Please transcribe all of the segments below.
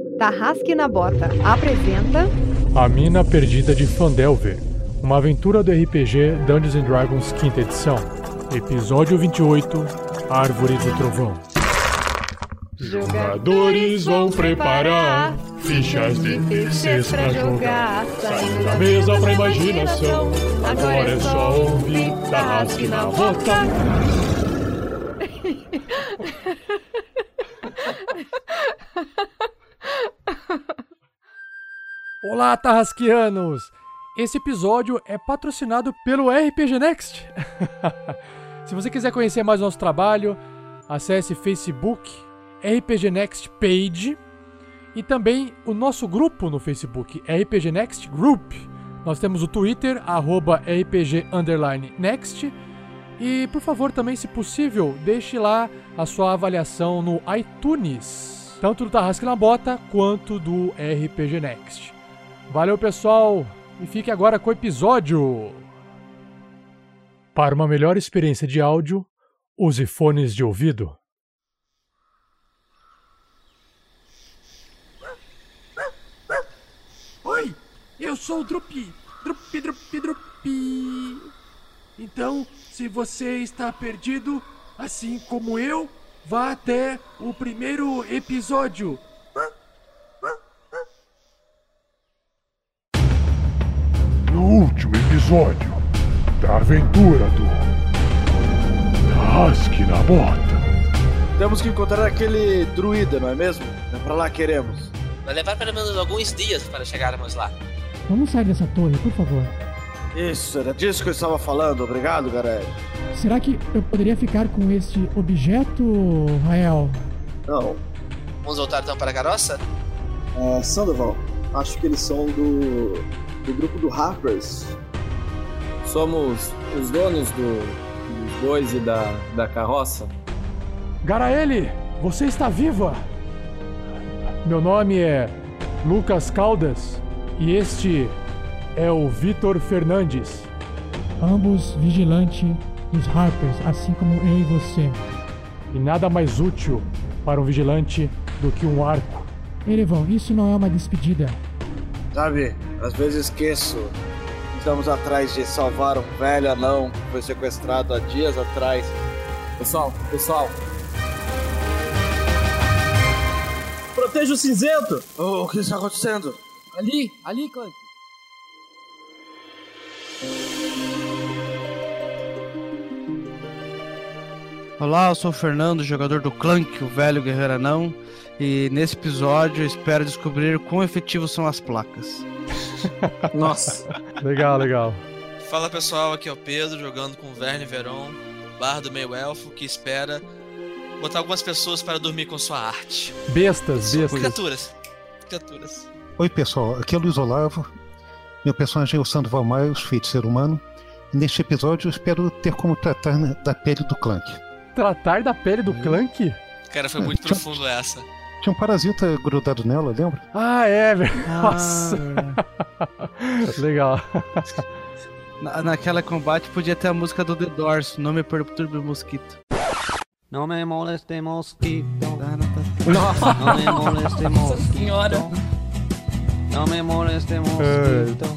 Tarrasque na Bota apresenta A Mina Perdida de Phandelver, uma aventura do RPG Dungeons & Dragons 5ª edição. Episódio 28, Árvore do Trovão. Jogadores vão preparar fichas de terceiros pra jogar. Saindo da mesa pra imaginação. Agora é só ouvir Tarrasque na Bota. Olá, Tarrasquianos! Esse episódio é patrocinado pelo RPG Next. Se você quiser conhecer mais o nosso trabalho, acesse Facebook, RPG Next Page, e também o nosso grupo no Facebook, RPG Next Group. Nós temos o Twitter, @RPG_Next. E, por favor, também, se possível, deixe lá a sua avaliação no iTunes, tanto do Tarrasque na Bota quanto do RPG Next. Valeu, pessoal, e fique agora com o episódio. Para uma melhor experiência de áudio, use fones de ouvido. Oi, eu sou o Drupi. Drupi. Então, se você está perdido, assim como eu, vá até o primeiro episódio. No último episódio da aventura do Tarrasque na Bota. Temos que encontrar aquele druida, não é mesmo? É pra lá que queremos. Vai levar pelo menos alguns dias para chegarmos lá. Vamos sair dessa torre, por favor. Isso, era disso que eu estava falando. Obrigado, Garelli. Será que eu poderia ficar com este objeto, Rael? Não. Vamos voltar então para a carroça? Sandoval, acho que eles são do grupo do Harpers. Somos os donos dos bois e da carroça. Garaele, você está viva? Meu nome é Lucas Caldas e este é o Vitor Fernandes. Ambos vigilantes dos Harpers, assim como eu e você. E nada mais útil para um vigilante do que um arco. Erevon, isso não é uma despedida. Sabe, às vezes esqueço. Estamos atrás de salvar um velho anão que foi sequestrado há dias atrás. Pessoal. Proteja o cinzento! O que está acontecendo? Ali, Clank. Olá, eu sou o Fernando, jogador do Clank, o velho guerreiro anão. E nesse episódio eu espero descobrir quão efetivos são as placas. Nossa. Legal. Fala pessoal, aqui é o Pedro, jogando com o Verne Veron, bardo meio elfo, que espera botar algumas pessoas para dormir com sua arte. Bestas. Criaturas. Oi pessoal, aqui é o Luiz Olavo. Meu personagem é o Sandoval Miles, feiticeiro humano. E neste episódio eu espero ter como tratar da pele do Clank. Tratar da pele do Clank? Cara, foi muito profundo essa. Tinha um parasita grudado nela, lembra? Ah, é, velho. Nossa. Legal. Naquela combate podia ter a música do The Doors, Não Me Perturbe Mosquito. Não me moleste mosquito. Nossa. Não me moleste mosquito. Senhora. Não me moleste mosquito.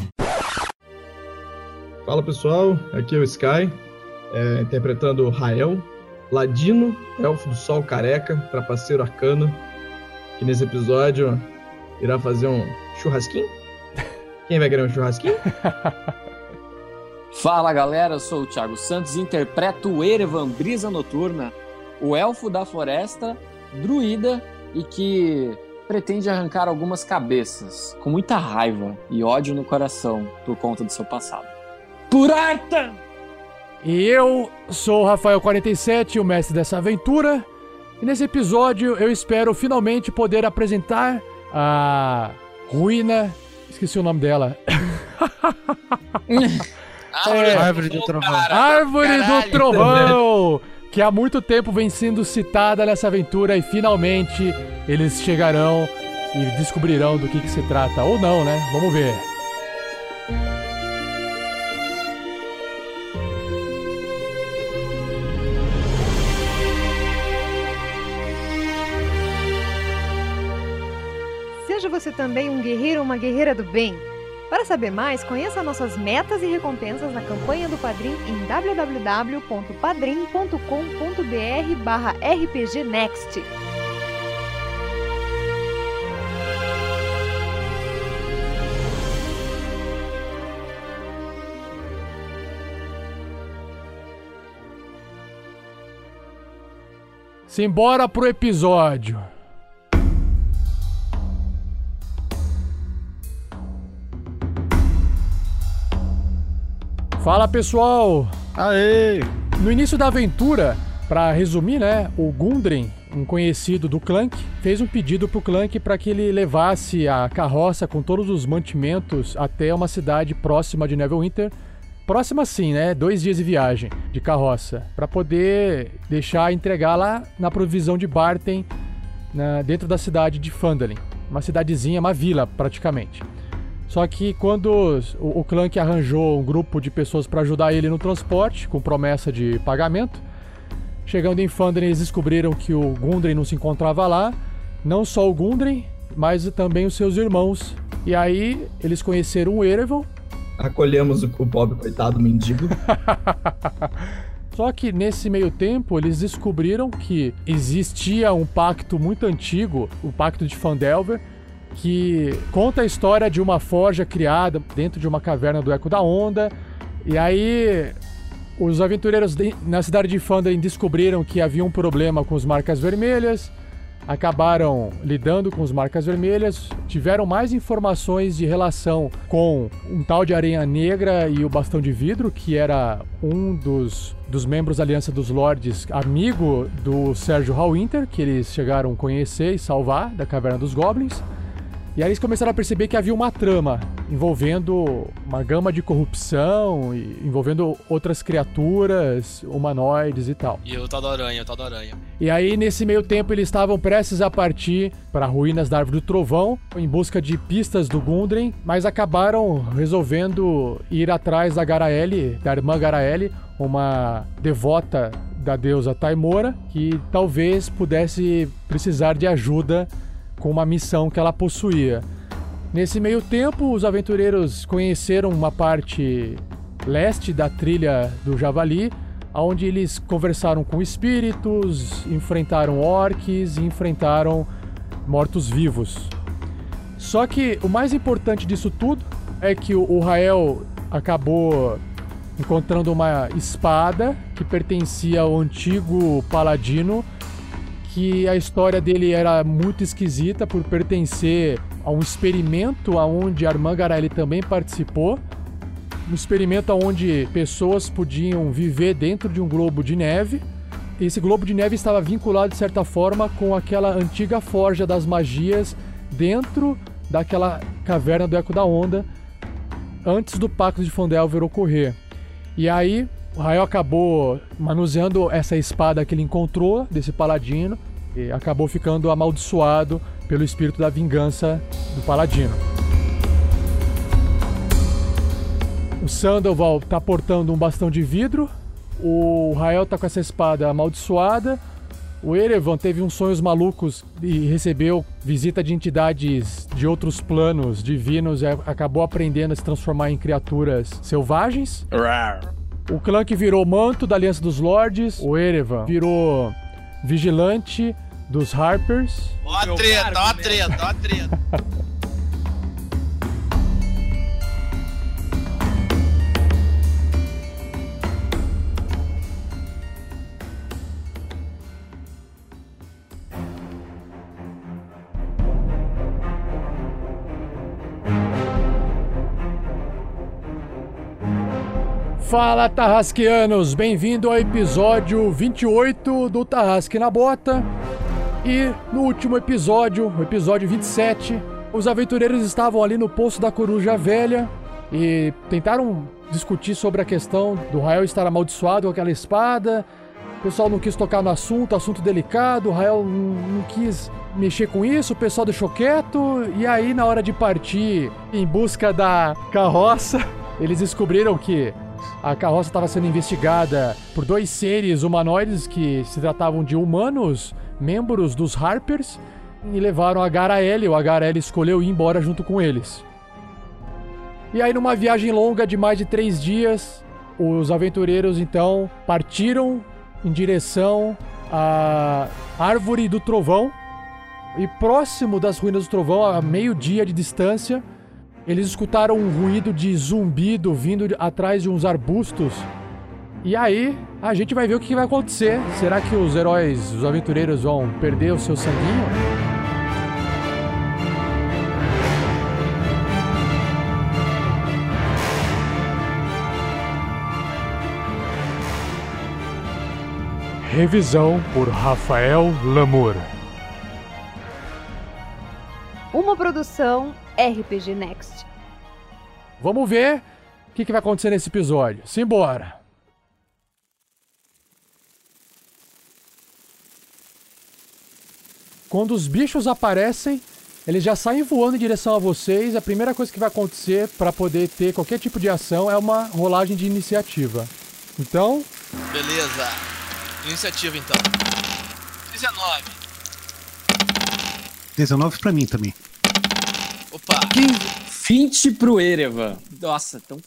Fala pessoal, aqui é o Sky, interpretando o Rael, ladino, elfo do sol careca, trapaceiro arcano, que nesse episódio irá fazer um churrasquinho. Quem vai querer um churrasquinho? Fala galera, eu sou o Thiago Santos e interpreto o Erevan Brisa Noturna, o elfo da floresta, druida e que pretende arrancar algumas cabeças, com muita raiva e ódio no coração por conta do seu passado. Por Arta! E eu sou o Rafael47, o mestre dessa aventura. E nesse episódio eu espero finalmente poder apresentar a Ruína. Esqueci o nome dela. Árvore do Trovão. Árvore do Trovão! Que há muito tempo vem sendo citada nessa aventura e finalmente eles chegarão e descobrirão do que se trata. Ou não, né? Vamos ver. Seja você também um guerreiro ou uma guerreira do bem. Para saber mais, conheça nossas metas e recompensas na campanha do Padrim em www.padrim.com.br/rpgnext. Simbora pro episódio. Fala, pessoal! Aê! No início da aventura, pra resumir, né, o Gundren, um conhecido do Clank, fez um pedido pro Clank para que ele levasse a carroça com todos os mantimentos até uma cidade próxima de Neverwinter. Próxima sim, né? 2 dias de viagem de carroça, para poder entregar lá na provisão de Barten, dentro da cidade de Phandalin. Uma cidadezinha, uma vila praticamente. Só que quando o Clank arranjou um grupo de pessoas para ajudar ele no transporte, com promessa de pagamento, chegando em Phandalin eles descobriram que o Gundren não se encontrava lá. Não só o Gundren, mas também os seus irmãos. E aí eles conheceram o Erevan. Acolhemos o pobre coitado mendigo. Só que nesse meio tempo eles descobriram que existia um pacto muito antigo, o Pacto de Phandelver, que conta a história de uma forja criada dentro de uma caverna do Eco da Onda. E aí os aventureiros na cidade de Phandalin descobriram que havia um problema com os Marcas Vermelhas, acabaram lidando com os Marcas Vermelhas, tiveram mais informações de relação com um tal de Aranha Negra e o Bastão de Vidro, que era um dos membros da Aliança dos Lordes, amigo do Sérgio Hallwinter, que eles chegaram a conhecer e salvar da Caverna dos Goblins. E aí eles começaram a perceber que havia uma trama envolvendo uma gama de corrupção, envolvendo outras criaturas, humanoides e tal. E o tal da aranha, E aí, nesse meio tempo, eles estavam prestes a partir para ruínas da Árvore do Trovão, em busca de pistas do Gundren, mas acabaram resolvendo ir atrás da Garaele, da irmã Garaele, uma devota da deusa Taimora, que talvez pudesse precisar de ajuda com uma missão que ela possuía. Nesse meio tempo, os aventureiros conheceram uma parte leste da trilha do Javali, onde eles conversaram com espíritos, enfrentaram orques e enfrentaram mortos-vivos. Só que o mais importante disso tudo é que o Rael acabou encontrando uma espada que pertencia ao antigo paladino, que a história dele era muito esquisita por pertencer a um experimento onde a irmã Garaele também participou. Um experimento onde pessoas podiam viver dentro de um globo de neve. Esse globo de neve estava vinculado, de certa forma, com aquela antiga forja das magias dentro daquela caverna do Eco da Onda, antes do Pacto de Phandelver ocorrer. E aí, o Rael acabou manuseando essa espada que ele encontrou desse paladino e acabou ficando amaldiçoado pelo espírito da vingança do paladino. O Sandoval tá portando um bastão de vidro, o Rael tá com essa espada amaldiçoada, o Erevan teve uns sonhos malucos e recebeu visita de entidades de outros planos divinos e acabou aprendendo a se transformar em criaturas selvagens. O Clank virou manto da Aliança dos Lordes, o Erevan virou vigilante dos Harpers. Ó a treta. Fala, Tarrasqueanos! Bem-vindo ao episódio 28 do Tarrasque na Bota. E no último episódio, o episódio 27, os aventureiros estavam ali no Poço da Coruja Velha e tentaram discutir sobre a questão do Rael estar amaldiçoado com aquela espada. O pessoal não quis tocar no assunto delicado, o Rael não quis mexer com isso, o pessoal deixou quieto. E aí, na hora de partir em busca da carroça, eles descobriram que a carroça estava sendo investigada por 2 seres humanoides que se tratavam de humanos, membros dos Harpers, e levaram a Garaele. O Garaele escolheu ir embora junto com eles. E aí, numa viagem longa de mais de 3 dias, os aventureiros então partiram em direção à Árvore do Trovão. E próximo das ruínas do Trovão, a meio-dia de distância, eles escutaram um ruído de zumbido vindo atrás de uns arbustos. E aí, a gente vai ver o que vai acontecer. Será que os heróis, os aventureiros, vão perder o seu sanguinho? Revisão por Rafael Lamour. Uma produção RPG Next. Vamos ver o que vai acontecer nesse episódio. Simbora! Quando os bichos aparecem, eles já saem voando em direção a vocês. A primeira coisa que vai acontecer para poder ter qualquer tipo de ação é uma rolagem de iniciativa. Então... Beleza. Iniciativa, então. 19. 19 pra mim também. Opa! 20 pro Erevan. Nossa, tão...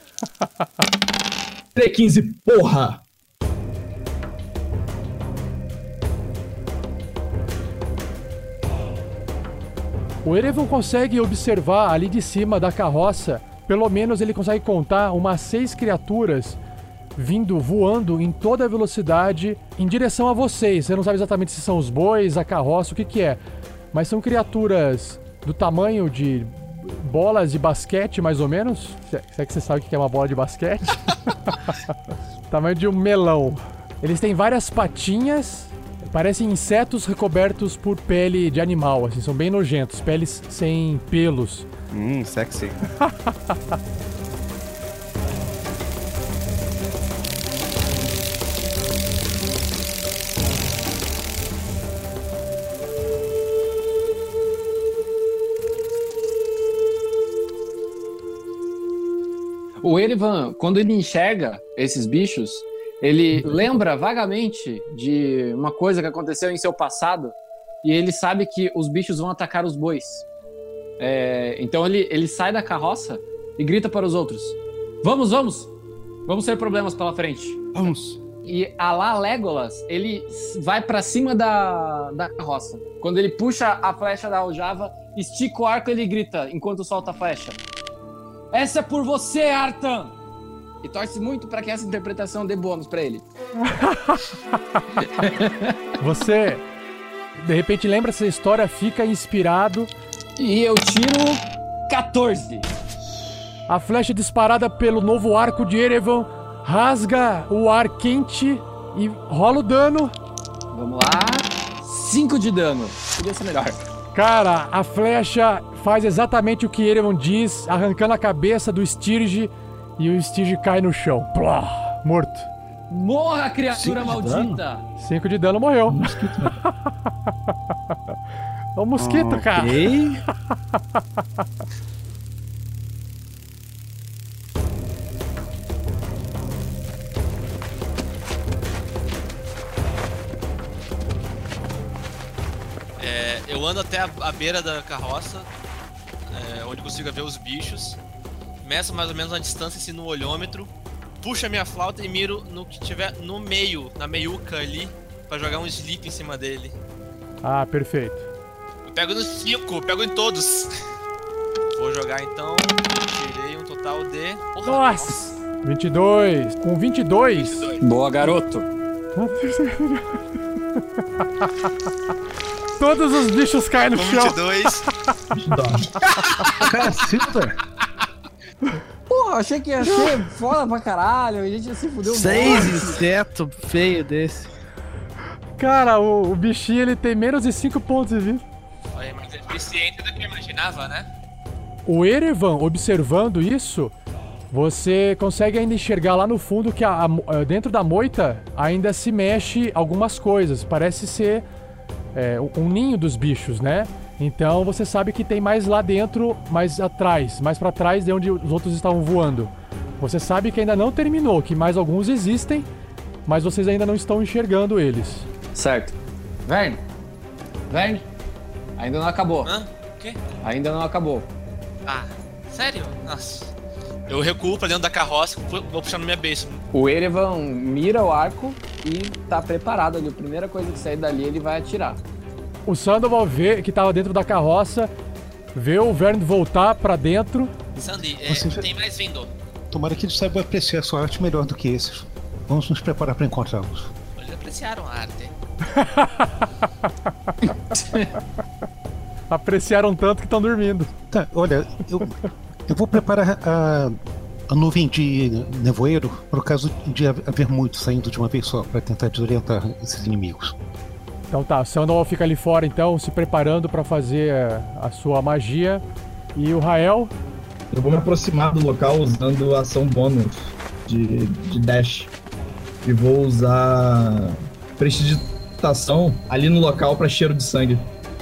15, porra! O Erevan consegue observar ali de cima da carroça, pelo menos ele consegue contar umas 6 criaturas vindo, voando em toda a velocidade em direção a vocês. Você não sabe exatamente se são os bois, a carroça, o que é. Mas são criaturas do tamanho de bolas de basquete, mais ou menos. Será que você sabe o que é uma bola de basquete? Tamanho de um melão. Eles têm várias patinhas, parecem insetos recobertos por pele de animal, assim, são bem nojentos, peles sem pelos. Sexy. O Erevan, quando ele enxerga esses bichos, ele lembra vagamente de uma coisa que aconteceu em seu passado e ele sabe que os bichos vão atacar os bois. Então ele sai da carroça e grita para os outros: Vamos! Vamos ter problemas pela frente. Vamos! E a lá Legolas, ele vai para cima da carroça. Quando ele puxa a flecha da aljava, estica o arco e ele grita enquanto solta a flecha: Essa é por você, Artan! E torce muito para que essa interpretação dê bônus para ele. Você, de repente, lembra essa história, fica inspirado. E eu tiro 14. A flecha disparada pelo novo arco de Erevan rasga o ar quente e rola o dano. Vamos lá. 5 de dano. Podia ser melhor. Cara, a flecha faz exatamente o que Erevan diz, arrancando a cabeça do Stirge. E o Stirge cai no chão. Plá, morto. Morra, criatura maldita! 5 de dano, morreu. É um mosquito, cara. Eu ando até a beira da carroça, onde consigo ver os bichos. Meço mais ou menos a distância assim, no olhômetro, puxo a minha flauta e miro no que tiver no meio, na meiuca ali, pra jogar um sleep em cima dele. Ah, perfeito. Eu pego nos 5, pego em todos. Vou jogar então, tirei um total de... Nossa! 22. Com 22... Boa, garoto. Todos os bichos caem no chão. 22. Caceta! Porra, achei que ia ser foda pra caralho. A gente ia se fuder. 6 inseto feio desse. Cara, o bichinho ele tem menos de 5 pontos de vida. Olha, mas é eficiente do que eu imaginava, né? O Erevan, observando isso, você consegue ainda enxergar lá no fundo que dentro da moita ainda se mexe algumas coisas. Parece ser um ninho dos bichos, né? Então você sabe que tem mais lá dentro, mais atrás, mais pra trás de onde os outros estavam voando. Você sabe que ainda não terminou, que mais alguns existem, mas vocês ainda não estão enxergando eles. Certo. Verne, Ainda não acabou. Hã? O quê? Ainda não acabou. Ah, sério? Nossa. Eu recuo pra dentro da carroça e vou puxar na minha base. O Erevan mira o arco e tá preparado ali. A primeira coisa que sair dali, ele vai atirar. O Sandoval vê que tava dentro da carroça, vê o Vern voltar pra dentro. Sandy, tem mais vindo. Tomara que eles saibam apreciar a sua arte melhor do que esses. Vamos nos preparar para encontrá-los. Eles apreciaram a arte. Apreciaram tanto que estão dormindo. Tá, olha, eu vou preparar a nuvem de nevoeiro para o caso de haver muitos saindo de uma vez só, para tentar desorientar esses inimigos. Então tá, o Sandoval fica ali fora então, se preparando para fazer a sua magia. E o Rael? Eu vou me aproximar do local usando a ação bônus de dash. E vou usar prestidigitação ali no local para cheiro de sangue.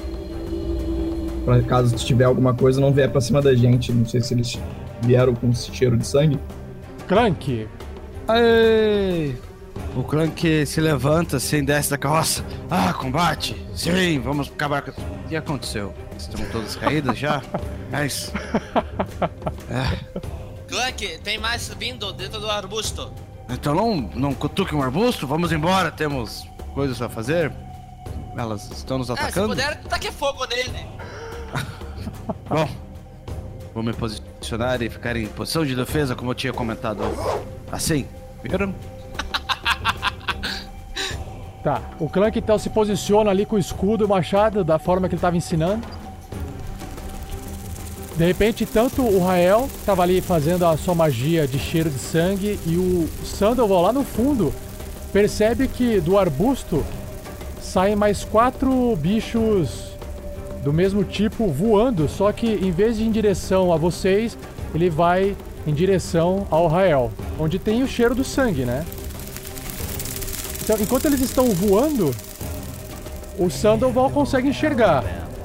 Pra caso tiver alguma coisa, não vier pra cima da gente. Não sei se eles vieram com cheiro de sangue. Clank! Aê! O Clank se levanta assim, desce da carroça. Ah, combate! Sim, vamos acabar com... O que aconteceu? Estão todas caídas já? É isso. Clank, tem mais vindo dentro do arbusto. Então não cutuque um arbusto, vamos embora, temos coisas a fazer. Elas estão nos atacando. Se puder, taque fogo nele. Bom, vou me posicionar e ficar em posição de defesa, como eu tinha comentado. Assim, viram? Tá, o Clank então se posiciona ali com o escudo e o machado da forma que ele estava ensinando. De repente, tanto o Rael estava ali fazendo a sua magia de cheiro de sangue e o Sandoval lá no fundo percebe que do arbusto saem mais 4 bichos do mesmo tipo voando, só que em vez de ir em direção a vocês, ele vai em direção ao Rael, onde tem o cheiro do sangue, né? Então, enquanto eles estão voando, o Sandoval consegue enxergar.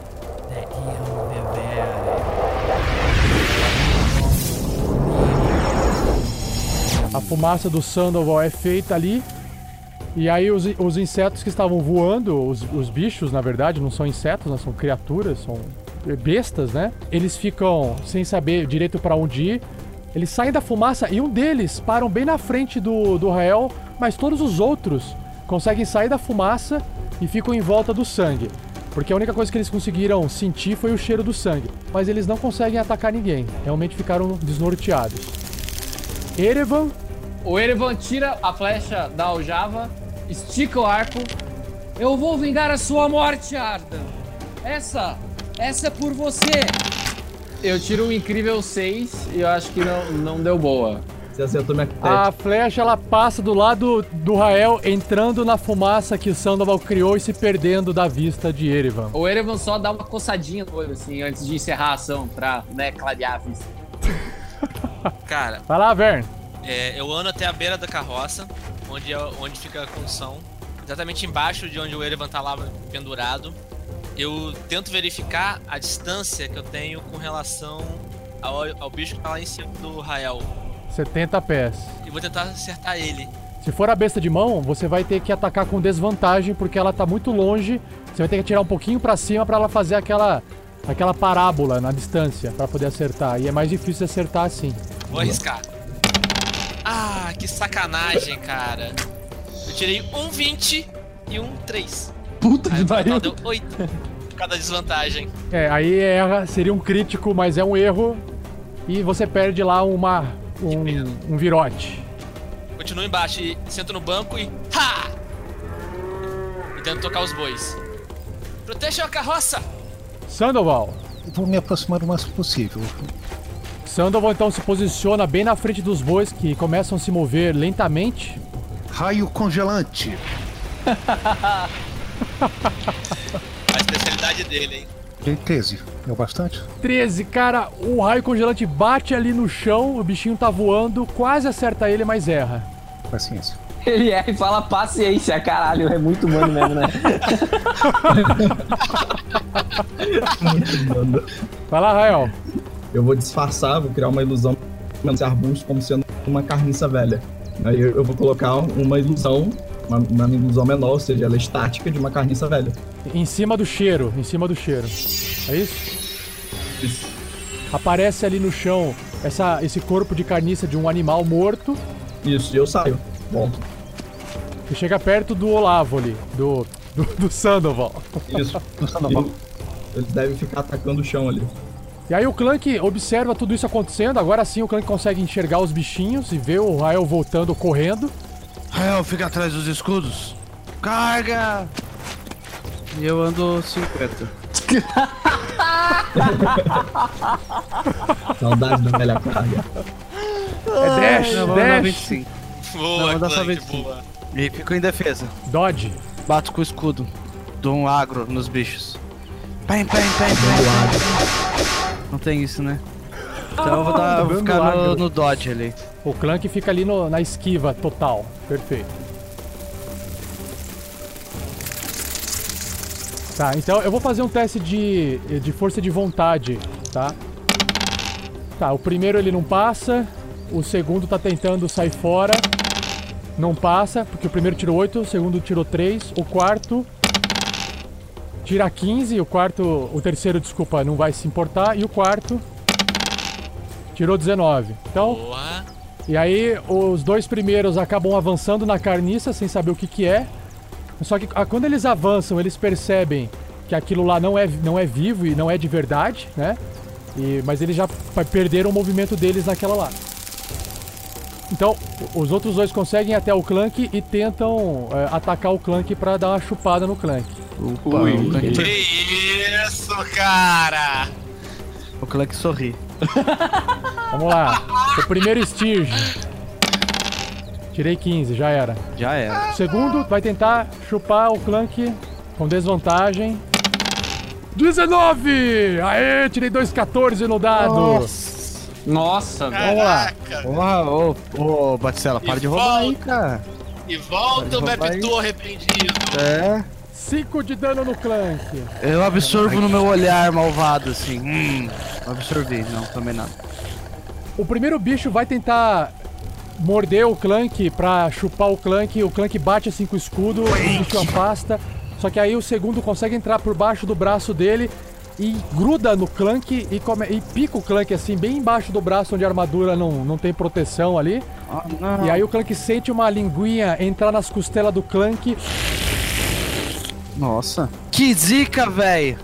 A fumaça do Sandoval é feita ali. E aí os insetos que estavam voando, os bichos, na verdade, não são insetos, não são criaturas, são bestas, né? Eles ficam sem saber direito pra onde ir. Eles saem da fumaça e um deles param bem na frente do Rael, mas todos os outros conseguem sair da fumaça e ficam em volta do sangue. Porque a única coisa que eles conseguiram sentir foi o cheiro do sangue. Mas eles não conseguem atacar ninguém. Realmente ficaram desnorteados. Erevan. O Erevan tira a flecha da aljava, estica o arco. Eu vou vingar a sua morte, Ardan. Essa é por você. Eu tiro um incrível 6 e eu acho que não deu boa. Você acertou minha A flecha, ela passa do lado do Rael, entrando na fumaça que o Sandoval criou e se perdendo da vista de Erevan. O Erevan só dá uma coçadinha no olho, assim, antes de encerrar a ação, pra, né, clarear a vista. Cara... Vai lá, Vern. Eu ando até a beira da carroça, onde fica a função. Exatamente embaixo de onde o Erevan tá lá pendurado. Eu tento verificar a distância que eu tenho com relação ao bicho que tá lá em cima do Rael. 70 pés. E vou tentar acertar ele. Se for a besta de mão, você vai ter que atacar com desvantagem, porque ela tá muito longe. Você vai ter que atirar um pouquinho pra cima pra ela fazer aquela parábola na distância, pra poder acertar. E é mais difícil de acertar assim. Vou arriscar. Ah, que sacanagem, cara. Eu tirei um 20 e um 3. Puta que pariu. Deu 8. Cada desvantagem. Aí erra, seria um crítico, mas é um erro. E você perde lá um virote. Continuo embaixo e sento no banco e... Ha! E tento tocar os bois. Protejam a carroça! Sandoval. Vou me aproximar o máximo possível. Sandoval então se posiciona bem na frente dos bois que começam a se mover lentamente. Raio congelante. A especialidade dele, hein? Tem 13, é o bastante? 13, cara, o raio congelante bate ali no chão, o bichinho tá voando, quase acerta ele, mas erra. Paciência. Ele erra e fala paciência, caralho, é muito humano mesmo, né? Muito humano. Vai lá, Rael. Eu vou disfarçar, vou criar uma ilusão nesse arbusto como sendo uma carniça velha. Aí eu vou colocar uma ilusão uma ilusão menor, ou seja, ela é estática de uma carniça velha. Em cima do cheiro. É isso? Isso. Aparece ali no chão esse corpo de carniça de um animal morto. Isso, e eu saio. Bom. E chega perto do Olavo ali, do Sandoval. Isso, do Sandoval. Ele deve ficar atacando o chão ali. E aí o Clank observa tudo isso acontecendo. Agora sim o Clank consegue enxergar os bichinhos e vê o Rael voltando, correndo. Rael, fica atrás dos escudos. Carga! E eu ando 50. Saudade da velha carga. É dash, não, dash. 25. Boa, não, dá só Clank, 25. boa. E fico em defesa. Dodge. Bato com o escudo. Dou um agro nos bichos. Pem. Não tem isso, né? Então eu vou ficar no dodge ali. O Clank fica ali na esquiva total. Perfeito. Tá, então eu vou fazer um teste de força de vontade, tá? Tá, o primeiro ele não passa. O segundo tá tentando sair fora. Não passa, porque o primeiro tirou 8, o segundo tirou 3. O quarto tira 15, o terceiro, desculpa, não vai se importar. E o quarto tirou 19. Então, Boa. E aí os dois primeiros acabam avançando na carniça sem saber o que é. Só que quando eles avançam, eles percebem que aquilo lá não é vivo e não é de verdade, né? Mas eles já perderam o movimento deles naquela lá. Então, os outros dois conseguem ir até o Clank e tentam atacar o Clank pra dar uma chupada no Clank. Opa, o Clank... Que isso, cara! O Clank sorri. Vamos lá. O primeiro Stirge. Tirei 15, já era. Já era. O segundo vai tentar chupar o Clank com desvantagem. 19! Aê, tirei 2,14 no dado. Nossa, vamos lá. Ô, Baticela, para de roubar aí, cara. E volta o Meptu arrependido. 5 de dano no Clank. Eu absorvo no meu olhar malvado, assim. Absorvi, não, também nada. O primeiro bicho vai tentar morder o Clank pra chupar o Clank bate assim com o escudo, o bicho afasta. Só que aí o segundo consegue entrar por baixo do braço dele e gruda no Clank e pica o Clank assim, bem embaixo do braço onde a armadura não tem proteção ali. E aí o Clank sente uma linguinha entrar nas costelas do Clank. Nossa. Que zica, velho!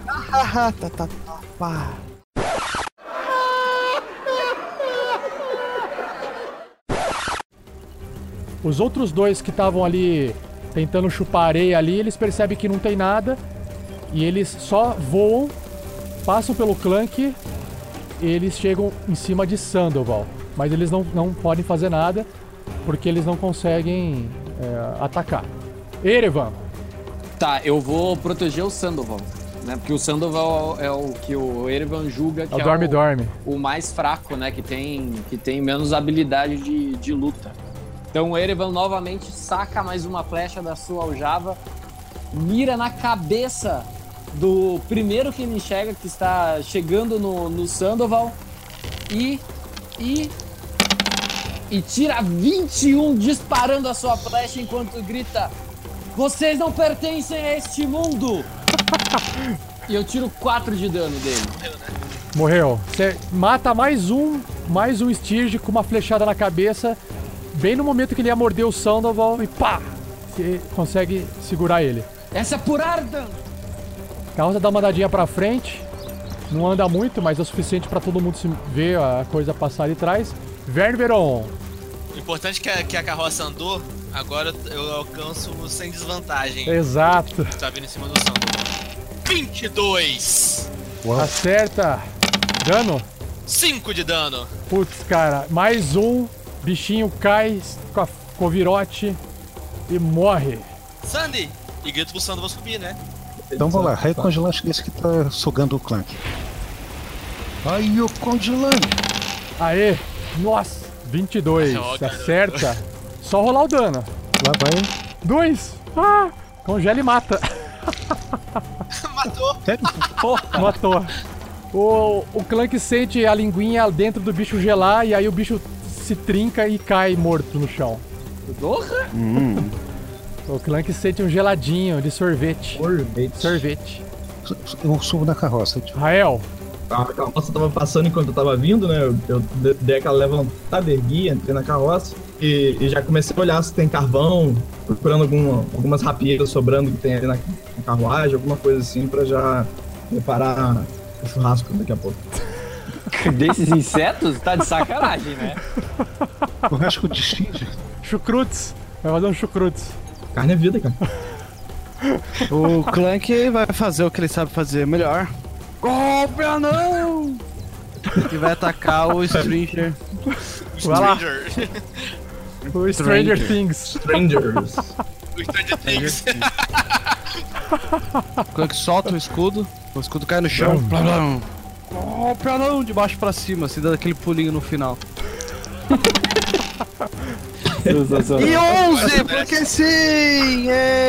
Os outros dois que estavam ali tentando chupar areia ali, eles percebem que não tem nada e eles só voam, passam pelo Clank e eles chegam em cima de Sandoval. Mas eles não podem fazer nada porque eles não conseguem atacar. Erevan. Tá, eu vou proteger o Sandoval, né? Porque o Sandoval é o que o Erevan julga que dorme. O mais fraco, né? Que tem menos habilidade de luta. Então o Erevan novamente saca mais uma flecha da sua aljava, mira na cabeça do primeiro que ele enxerga, que está chegando no Sandoval, e tira 21 disparando a sua flecha enquanto grita: "Vocês não pertencem a este mundo!" E eu tiro 4 de dano dele. Morreu. Você mata mais um Stirge com uma flechada na cabeça, bem no momento que ele ia morder o Sandoval, e pá! Você consegue segurar ele. Essa é por Ardan! A carroça dá uma andadinha pra frente. Não anda muito, mas é o suficiente pra todo mundo se ver a coisa passar ali atrás. Ververon. O importante é que a carroça andou, agora eu alcanço sem desvantagem. Exato. Tá vindo em cima do Sandoval. 22! Acerta. Dano? 5 de dano. Putz, cara, mais um. Bichinho cai com o virote e morre. Sandy! E grito pro Sandoval subir, né? Então vamos lá, raio congelante desse que tá sugando o Clank. Raio congelante! Aê! Nossa! 22. Acerta. Só rolar o dano. Lá vai. 2. Congela e mata. Matou. Matou. O Clank sente a linguinha dentro do bicho gelar e aí o bicho se trinca e cai morto no chão. Porra? O Clank sente um geladinho de sorvete. Sorvete. Eu subo na carroça. Rael. A carroça tava passando enquanto eu tava vindo, né? Eu dei aquela levantada, ergui, entrei na carroça e já comecei a olhar se tem carvão, procurando algumas rapieiras sobrando que tem ali na carruagem, alguma coisa assim, pra já preparar o churrasco daqui a pouco. Desses insetos? Tá de sacanagem, né? Churrasco de X. Chucrutes. Vai fazer um chucrutes. Carne é vida, cara. O Clank vai fazer o que ele sabe fazer melhor. Golpe não! Que vai atacar o Stranger. Vai lá. O Stranger Things. Strangers. O Stranger Things. O Clank solta o escudo cai no chão. Golpe não! De baixo pra cima, assim, dando aquele pulinho no final. E 11, porque sim!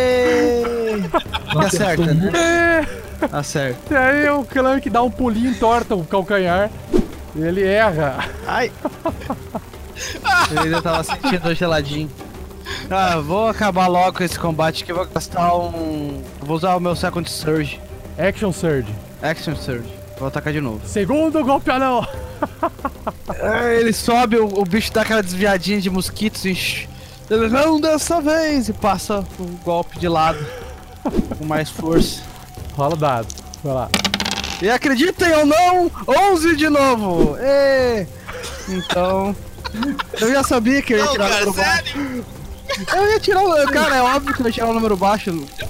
Acerta, né? Acerta. E aí o Clank dá um pulinho, entorta o calcanhar e ele erra. Ai! Ele ainda tava sentindo geladinho. Ah, vou acabar logo com esse combate que eu vou gastar vou usar o meu Second Surge. Action Surge. Vou atacar de novo. Segundo golpe anão. Ele sobe, o bicho dá aquela desviadinha de mosquitos e... Ele, não, dessa vez! E passa o golpe de lado. Com mais força. Rola o dado. Vai lá. E acreditem ou não, 11 de novo! Então... Eu já sabia que eu ia tirar o número baixo. Eu ia tirar o... Cara, é óbvio que eu ia tirar o número baixo.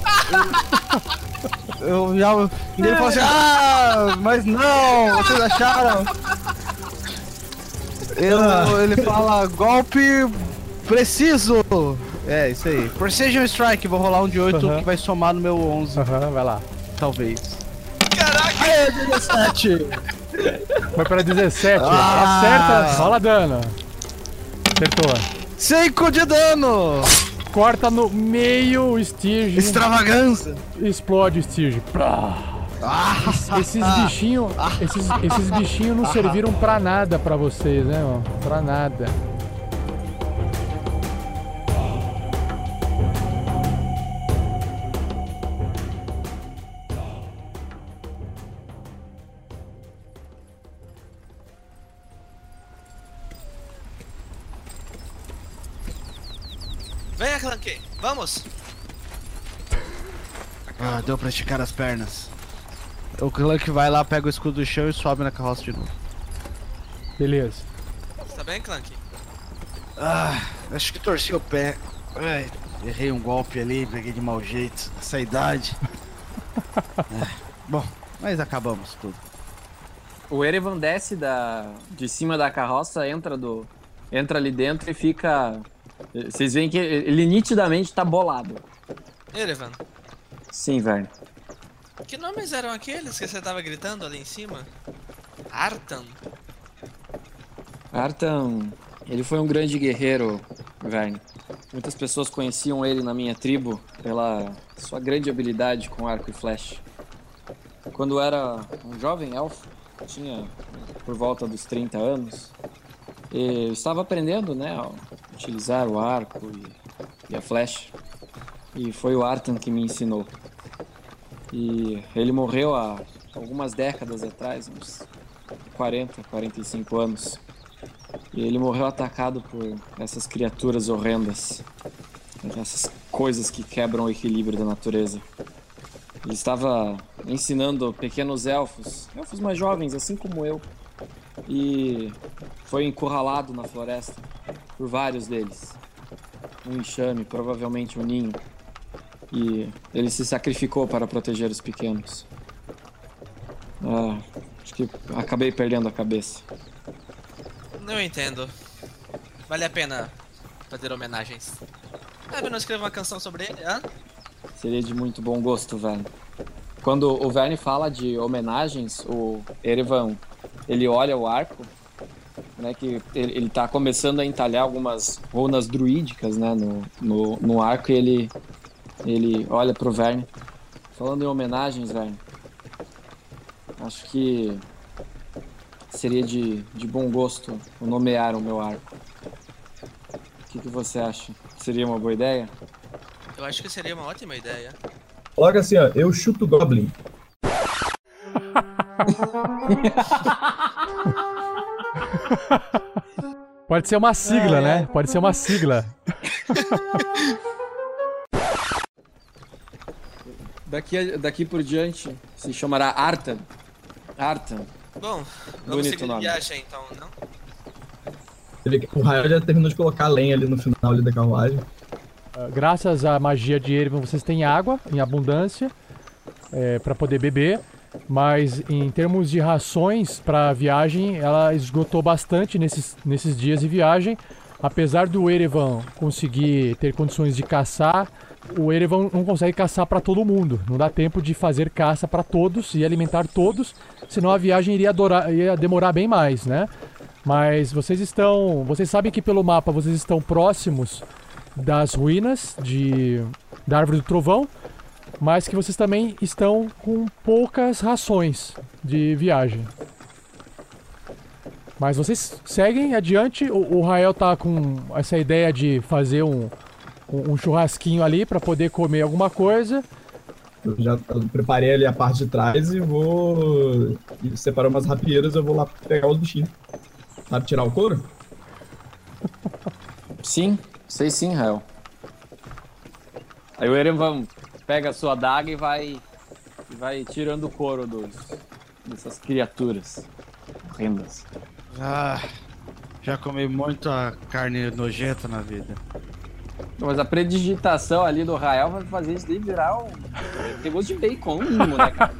Eu já... Ele falou assim, mas não, vocês acharam? Ele fala, golpe preciso. É, isso aí. Precision Strike, vou rolar um de 8 que vai somar no meu 11. Vai lá. Talvez. Caraca! Aê, 17! Vai para 17. Acerta, rola dano. Acertou. 5 de dano! Corta no meio o Stirge. Extravagância! Explode o Stirge. Esses bichinhos não serviram pra nada pra vocês, né, mano? Pra nada. Venha, Clank, vamos! Deu pra esticar as pernas. O Clank vai lá, pega o escudo do chão e sobe na carroça de novo. Beleza. Você tá bem, Clank? Acho que torci o pé. Ai, errei um golpe ali, peguei de mau jeito. Essa idade. Bom, mas acabamos tudo. O Erevan desce de cima da carroça, entra ali dentro e fica... Vocês veem que ele nitidamente tá bolado. Erevan. Sim, Verne. Que nomes eram aqueles que você tava gritando ali em cima? Artan? Artan, ele foi um grande guerreiro, Verne. Muitas pessoas conheciam ele na minha tribo pela sua grande habilidade com arco e flecha. Quando era um jovem elfo, tinha por volta dos 30 anos, eu estava aprendendo, né, a utilizar o arco e a flecha. E foi o Artan que me ensinou. E ele morreu há algumas décadas atrás, uns 40, 45 anos. E ele morreu atacado por essas criaturas horrendas. Essas coisas que quebram o equilíbrio da natureza. Ele estava ensinando pequenos elfos mais jovens, assim como eu. E foi encurralado na floresta por vários deles. Um enxame, provavelmente um ninho. E ele se sacrificou para proteger os pequenos. Acho que acabei perdendo a cabeça. Não entendo. Vale a pena fazer homenagens. Eu não escrevo uma canção sobre ele, hã? Seria de muito bom gosto, Verne. Quando o Verne fala de homenagens, o Erevan, ele olha o arco, né, que ele tá começando a entalhar algumas runas druídicas, né, no arco, e ele olha pro Verne. Falando em homenagens, Verne, acho que seria de bom gosto nomear o meu arco. O que você acha? Seria uma boa ideia? Eu acho que seria uma ótima ideia. Coloca assim, ó, eu chuto Goblin. Pode ser uma sigla, né? Pode ser uma sigla. Daqui por diante se chamará Artan. Artan. Bom, vamos seguir a viagem então, não? O Rael já terminou de colocar lenha ali no final ali da carruagem. Graças à magia de Erevan, vocês têm água em abundância para poder beber. Mas em termos de rações para a viagem, ela esgotou bastante nesses dias de viagem. Apesar do Erevan conseguir ter condições de caçar, o Erevan não consegue caçar para todo mundo. Não dá tempo de fazer caça para todos e alimentar todos, senão a viagem iria demorar bem mais, né? Mas vocês sabem que pelo mapa vocês estão próximos das ruínas da Árvore do Trovão, mas que vocês também estão com poucas rações de viagem. Mas vocês seguem adiante. O Rael tá com essa ideia de fazer um churrasquinho ali para poder comer alguma coisa. Eu já preparei ali a parte de trás e vou separar umas rapieiras. Eu vou lá pegar os bichinhos. Sabe tirar o couro? Sim, sei sim, Rael. Aí o Erevan pega a sua adaga e vai tirando o couro dessas criaturas horrendas. Já comi muita carne nojenta na vida. Mas a predigitação ali do Rael vai fazer isso daí virar tem gosto de bacon, no mínimo, né, cara?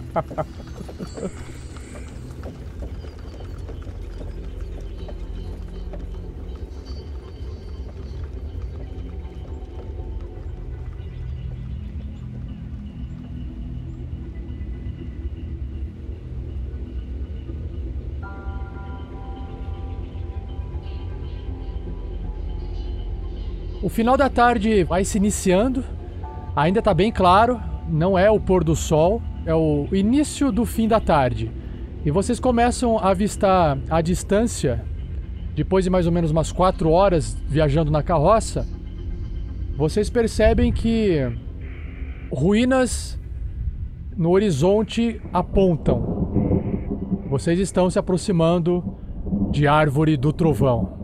O final da tarde vai se iniciando, ainda está bem claro, não é o pôr do sol, é o início do fim da tarde. E vocês começam a avistar à distância, depois de mais ou menos umas 4 horas viajando na carroça, vocês percebem que ruínas no horizonte apontam. Vocês estão se aproximando de Árvore do Trovão.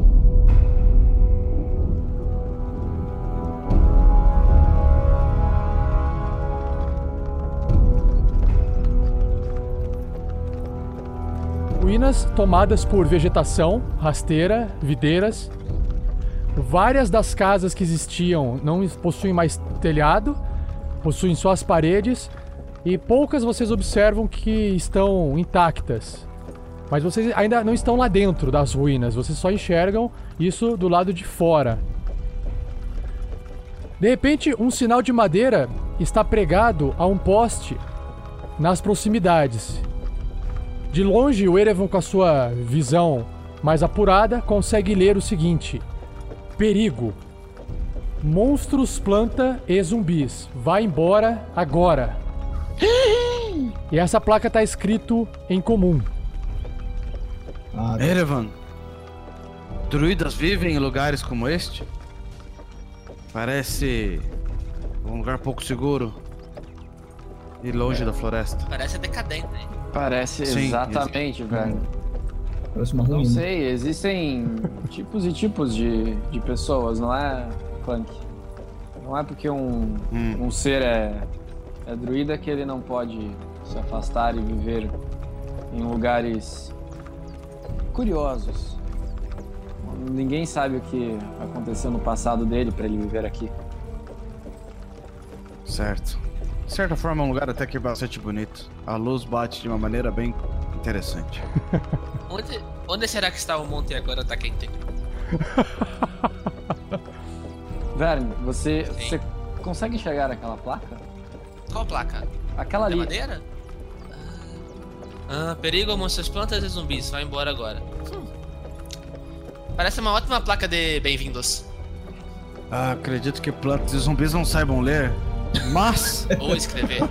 Ruínas tomadas por vegetação rasteira, videiras. Várias das casas que existiam não possuem mais telhado, possuem só as paredes, e poucas vocês observam que estão intactas. Mas vocês ainda não estão lá dentro das ruínas, vocês só enxergam isso do lado de fora. De repente, um sinal de madeira está pregado a um poste nas proximidades. De longe, o Erevan, com a sua visão mais apurada, consegue ler o seguinte: perigo. Monstros, planta e zumbis. Vá embora agora. E essa placa está escrito em comum. Erevan, druidas vivem em lugares como este? Parece um lugar pouco seguro e longe da floresta. Parece decadente, hein? Parece. Sim, exatamente, velho. Parece uma ruína. Não sei, existem tipos e tipos de pessoas, não é, Clank? Não é porque um ser é druida que ele não pode se afastar e viver em lugares curiosos. Ninguém sabe o que aconteceu no passado dele para ele viver aqui. Certo. De certa forma é um lugar até que bastante bonito. A luz bate de uma maneira bem interessante. Onde será que está o monte agora tá quente? Verme, você consegue enxergar aquela placa? Qual placa? Aquela ali. Madeira? Perigo, monstros, plantas e zumbis. Vai embora agora. Parece uma ótima placa de bem-vindos. Acredito que plantas e zumbis não saibam ler, mas... Ou escrever.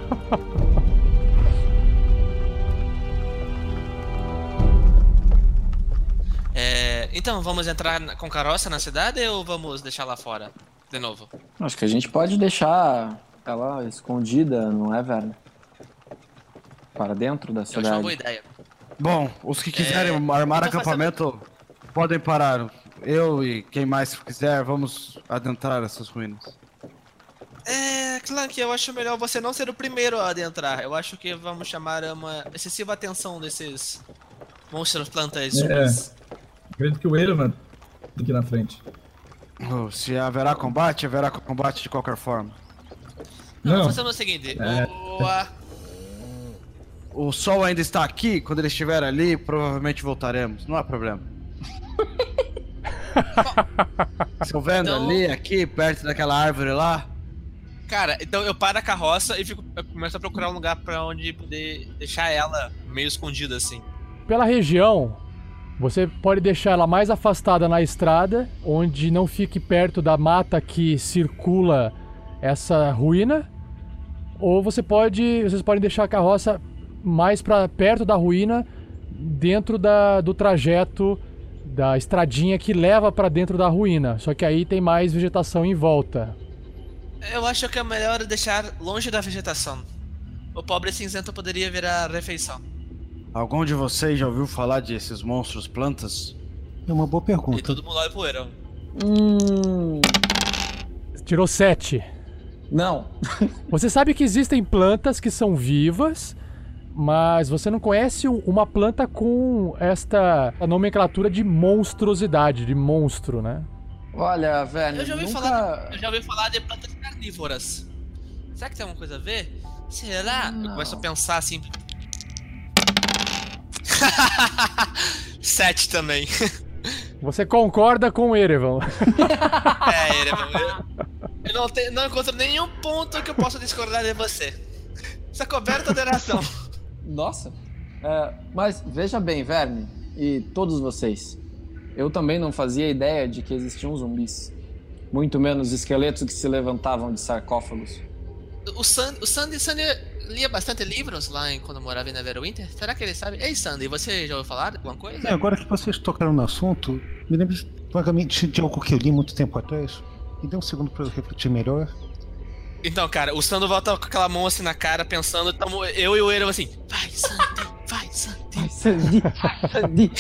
Então, vamos entrar com carroça na cidade ou vamos deixar lá fora? de novo? Acho que a gente pode deixar ela escondida, não é, velho? Para dentro da cidade. Eu acho uma boa ideia. Bom, os que quiserem armar acampamento podem parar. Eu e quem mais quiser, vamos adentrar essas ruínas. Clank, eu acho melhor você não ser o primeiro a adentrar. Eu acho que vamos chamar uma excessiva atenção desses monstros plantas zumbis. Acredito que o Erevan aqui na frente. Se haverá combate de qualquer forma. Não, façamos o seguinte. O sol ainda está aqui, quando ele estiver ali, provavelmente voltaremos. Não há problema. Estou vendo ali, aqui, perto daquela árvore lá. Cara, então eu paro a carroça e eu começo a procurar um lugar pra onde poder deixar ela meio escondida assim. Pela região, você pode deixar ela mais afastada na estrada, onde não fique perto da mata que circula essa ruína. Ou vocês podem deixar a carroça mais para perto da ruína, dentro do trajeto da estradinha que leva para dentro da ruína. Só que aí tem mais vegetação em volta. Eu acho que é melhor deixar longe da vegetação. O pobre cinzento poderia virar refeição. Algum de vocês já ouviu falar desses monstros plantas? É uma boa pergunta. E todo mundo olha pro Erevan. Tirou 7. Não. Você sabe que existem plantas que são vivas, mas você não conhece uma planta com esta nomenclatura de monstruosidade, de monstro, né? Olha, velho, eu já ouvi falar de plantas carnívoras. Será que tem alguma coisa a ver? Será? Não. Eu começo a pensar assim. 7 também. Você concorda com o Erevan. Erevan. Eu não encontro nenhum ponto que eu possa discordar de você. Isso é coberta de razão. Nossa. Mas veja bem, Verme, e todos vocês. Eu também não fazia ideia de que existiam zumbis. Muito menos esqueletos que se levantavam de sarcófagos. O Sandy lia bastante livros lá quando morava em Neverwinter. Será que ele sabe? Ei, Sandy, você já ouviu falar de alguma coisa? Agora que vocês tocaram no assunto, me lembro vagamente de algo que eu li muito tempo atrás. Me dê um segundo pra eu refletir melhor. Então, cara, o Sandy volta com aquela mão assim na cara, pensando, tamo eu e o Erevan assim, vai, Sandy, vai, Sandy. Vai, Sandy, vai, Sandy.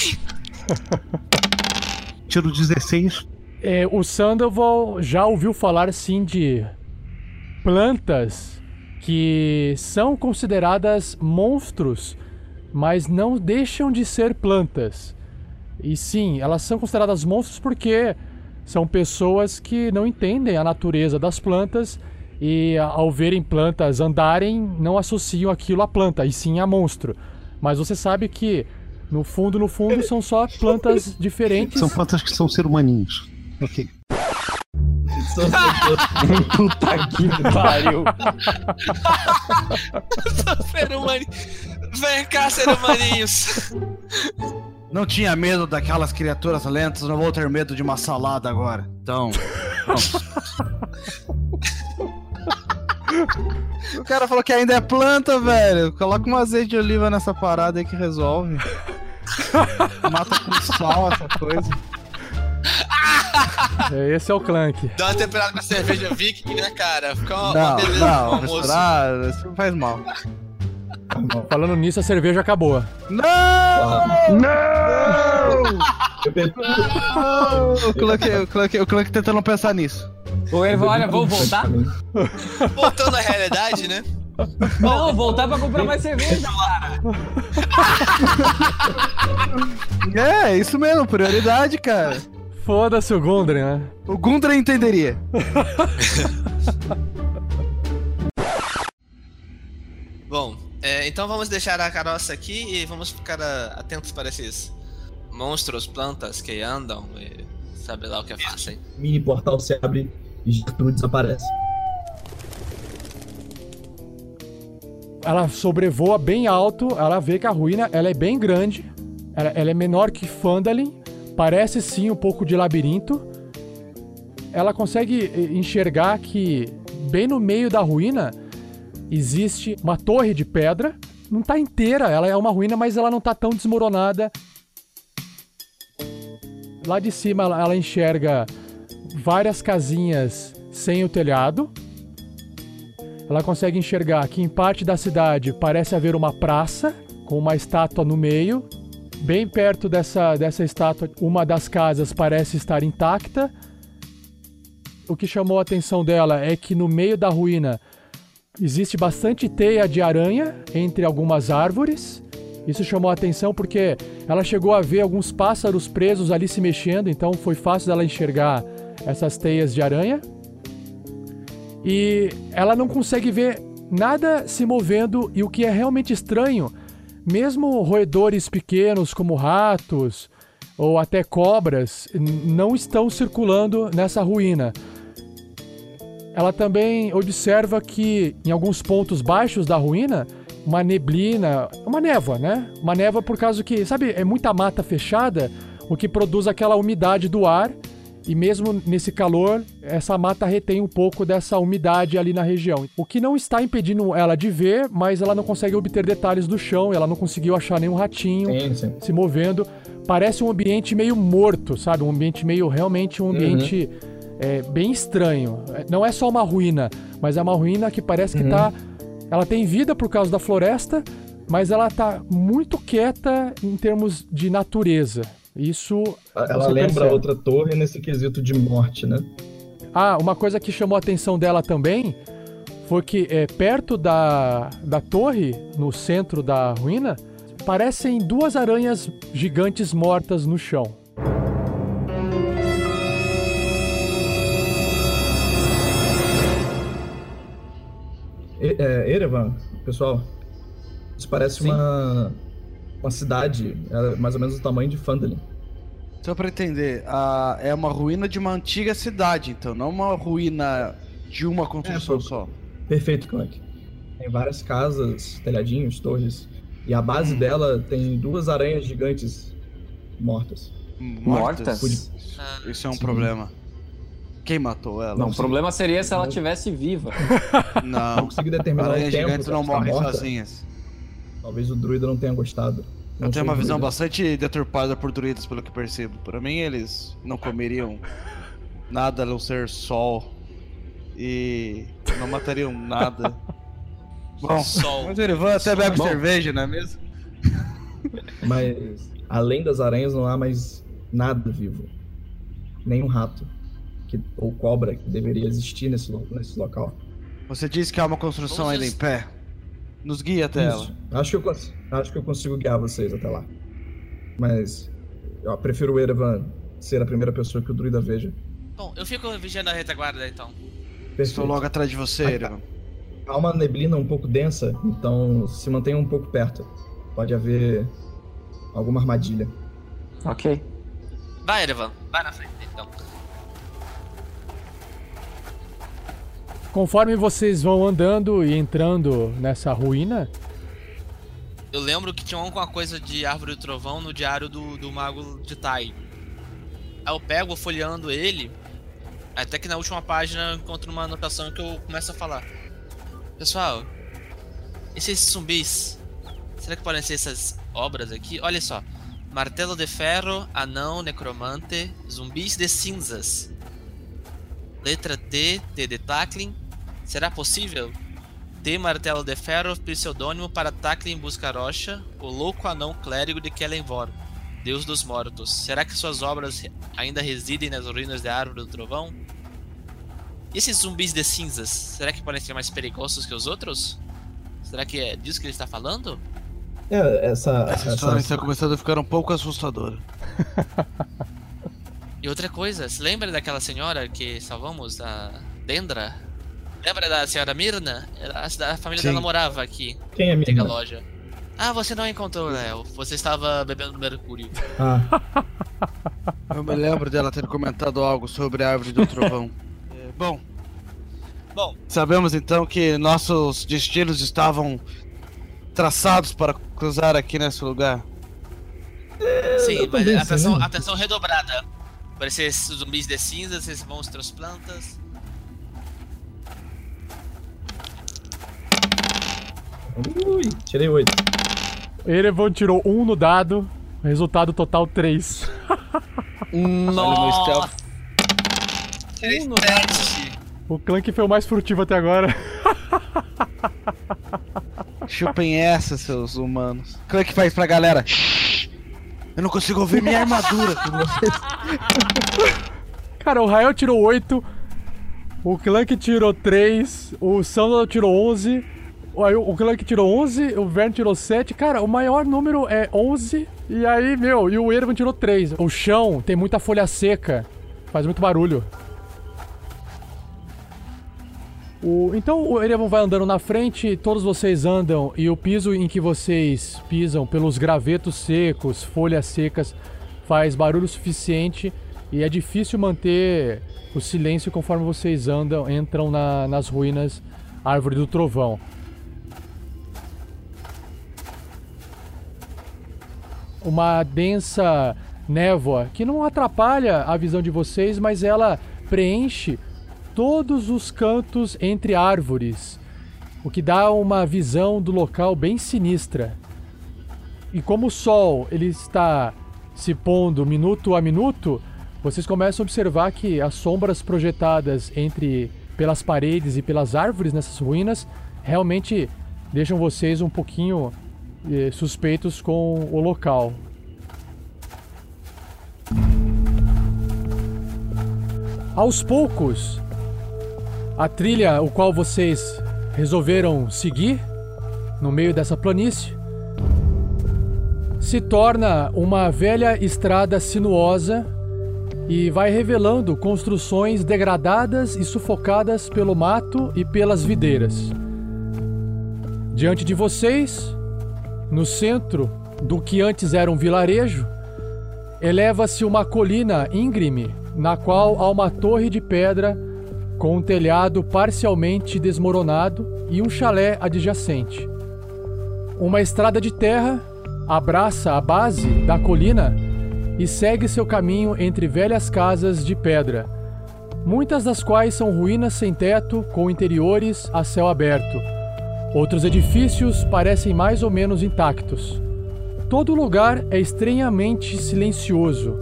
Tiro 16. O Sandoval já ouviu falar, sim, de plantas que são consideradas monstros, mas não deixam de ser plantas. E sim, elas são consideradas monstros porque são pessoas que não entendem a natureza das plantas e, ao verem plantas andarem, não associam aquilo à planta, e sim a monstro. Mas você sabe que, no fundo, são só plantas diferentes. São plantas que são ser humaninhos. Ok. Puta que pariu. Ser humaninho. Vem cá, ser humaninhos. Não tinha medo daquelas criaturas lentas, não vou ter medo de uma salada agora. Então, vamos. O cara falou que ainda é planta, velho. Coloca um azeite de oliva nessa parada aí que resolve. Mata com sal essa coisa. Esse é o Clank. Dá uma temperada com a cerveja Viking, né, cara? Fica uma beleza não, no almoço. Isso não faz mal. Falando nisso, a cerveja acabou. Não! O Clank tentando pensar nisso. O Erevan, olha, vamos voltar? Voltando à realidade, né? Não, voltar pra comprar mais cerveja, Lara. É, isso mesmo, prioridade, cara. Foda-se o Gundren, né? O Gundren entenderia. Bom, então vamos deixar a carroça aqui e vamos ficar atentos para esses monstros, plantas que andam e sabe lá o que fazem. Mini portal se abre e Gertrude desaparece. Ela sobrevoa bem alto, ela vê que a ruína ela é bem grande, ela é menor que Phandalin, parece sim um pouco de labirinto. Ela consegue enxergar que bem no meio da ruína existe uma torre de pedra. Não tá inteira, ela é uma ruína, mas ela não tá tão desmoronada. Lá de cima ela enxerga várias casinhas sem o telhado. Ela consegue enxergar que em parte da cidade parece haver uma praça com uma estátua no meio. Bem perto dessa estátua, uma das casas parece estar intacta. O que chamou a atenção dela é que no meio da ruína existe bastante teia de aranha entre algumas árvores. Isso chamou a atenção porque ela chegou a ver alguns pássaros presos ali se mexendo, então foi fácil dela enxergar essas teias de aranha. E ela não consegue ver nada se movendo, e o que é realmente estranho, mesmo roedores pequenos como ratos ou até cobras não estão circulando nessa ruína. Ela também observa que em alguns pontos baixos da ruína, uma neblina, uma névoa, né? Uma névoa por causa que, sabe, é muita mata fechada, o que produz aquela umidade do ar, e mesmo nesse calor, essa mata retém um pouco dessa umidade ali na região. O que não está impedindo ela de ver, mas ela não consegue obter detalhes do chão, ela não conseguiu achar nenhum ratinho se movendo. Parece um ambiente meio morto, sabe? Um ambiente meio, realmente um ambiente bem estranho. Não é só uma ruína, mas é uma ruína que parece que tá... Ela tem vida por causa da floresta, mas ela tá muito quieta em termos de natureza. Isso... Ela lembra outra torre nesse quesito de morte, né? Ah, uma coisa que chamou a atenção dela também foi que perto da torre, no centro da ruína, parecem duas aranhas gigantes mortas no chão. Erevan, pessoal, isso parece uma cidade, mais ou menos do tamanho de Phandalin. Só pra entender, é uma ruína de uma antiga cidade, então, não uma ruína de uma construção só. Perfeito, Clank. Tem várias casas, telhadinhos, torres, e a base dela tem duas aranhas gigantes mortas. Mortas? Isso é um problema. Quem matou ela? Não, o problema seria se ela estivesse viva. Não consegui determinar aranhas o tempo gigantes não que ela morrem está morta. sozinhas. Talvez o druida não tenha gostado. Eu tenho uma visão bastante deturpada por druidas, pelo que percebo. Para mim, eles não comeriam nada a não ser sol. E não matariam nada. Bom, mas o Erevan até bebe cerveja, não é mesmo? Mas, além das aranhas, não há mais nada vivo. Nenhum rato. Ou cobra que deveria existir nesse local. Você disse que há uma construção ainda em pé. Nos guia até ela. Acho que eu consigo guiar vocês até lá. Mas eu prefiro o Erevan ser a primeira pessoa que o druida veja. Bom, eu fico vigiando a retaguarda então. Estou logo atrás de você, Erevan. Há uma neblina um pouco densa, então se mantenha um pouco perto. Pode haver alguma armadilha. Ok. Vai, Erevan. Vai na frente então. Conforme vocês vão andando e entrando nessa ruína... Eu lembro que tinha alguma coisa de Árvore do Trovão no diário do Mago de Tai. Aí eu pego, folheando ele, até que na última página eu encontro uma anotação que eu começo a falar. Pessoal, esses zumbis, será que podem ser essas obras aqui? Olha só. Martelo de ferro, anão, necromante, zumbis de cinzas. Letra D, T de Tacklin. Será possível? T, martelo de ferro, pseudônimo para Tacklin Buscarocha, o louco anão clérigo de Kelenvor, deus dos mortos. Será que suas obras ainda residem nas ruínas da Árvore do Trovão? E esses zumbis de cinzas, será que podem ser mais perigosos que os outros? Será que é disso que ele está falando? Essa história está começando a ficar um pouco assustadora. E outra coisa, se lembra daquela senhora que salvamos, a Dendra? Lembra da senhora Mirna? A família dela morava aqui. Quem é Mirna? Na loja. Ah, você não encontrou, Léo. Você estava bebendo mercúrio. Eu me lembro dela ter comentado algo sobre a Árvore do Trovão. Bom, sabemos então que nossos destinos estavam traçados para cruzar aqui nesse lugar. Sim, mas atenção redobrada. Para esses zumbis de cinzas, esses monstros plantas. Ui, tirei 8. Erevan tirou 1 no dado, resultado total 3. Nossa! Tirei 7. O Clank foi o mais furtivo até agora. Chupem essa, seus humanos. Clank faz pra galera. Shhh, eu não consigo ouvir minha armadura com vocês. Cara, o Rael tirou 8. O Clank tirou 3. O Sandal tirou 11. O Clank tirou 11. O Vern tirou 7. Cara, o maior número é 11. E aí, e o Erevan tirou 3. O chão tem muita folha seca. Faz muito barulho. Então o Erevan vai andando na frente, todos vocês andam, e o piso em que vocês pisam, pelos gravetos secos, folhas secas, faz barulho suficiente, e é difícil manter o silêncio conforme vocês entram nas ruínas Árvore do Trovão. Uma densa névoa que não atrapalha a visão de vocês, mas ela preenche todos os cantos entre árvores, o que dá uma visão do local bem sinistra. E como o sol ele está se pondo minuto a minuto, vocês começam a observar que as sombras projetadas pelas paredes e pelas árvores nessas ruínas realmente deixam vocês um pouquinho suspeitos com o local. Aos poucos, a trilha o qual vocês resolveram seguir no meio dessa planície se torna uma velha estrada sinuosa e vai revelando construções degradadas e sufocadas pelo mato e pelas videiras. Diante de vocês, no centro do que antes era um vilarejo, eleva-se uma colina íngreme na qual há uma torre de pedra com um telhado parcialmente desmoronado e um chalé adjacente. Uma estrada de terra abraça a base da colina e segue seu caminho entre velhas casas de pedra, muitas das quais são ruínas sem teto com interiores a céu aberto. Outros edifícios parecem mais ou menos intactos. Todo lugar é estranhamente silencioso.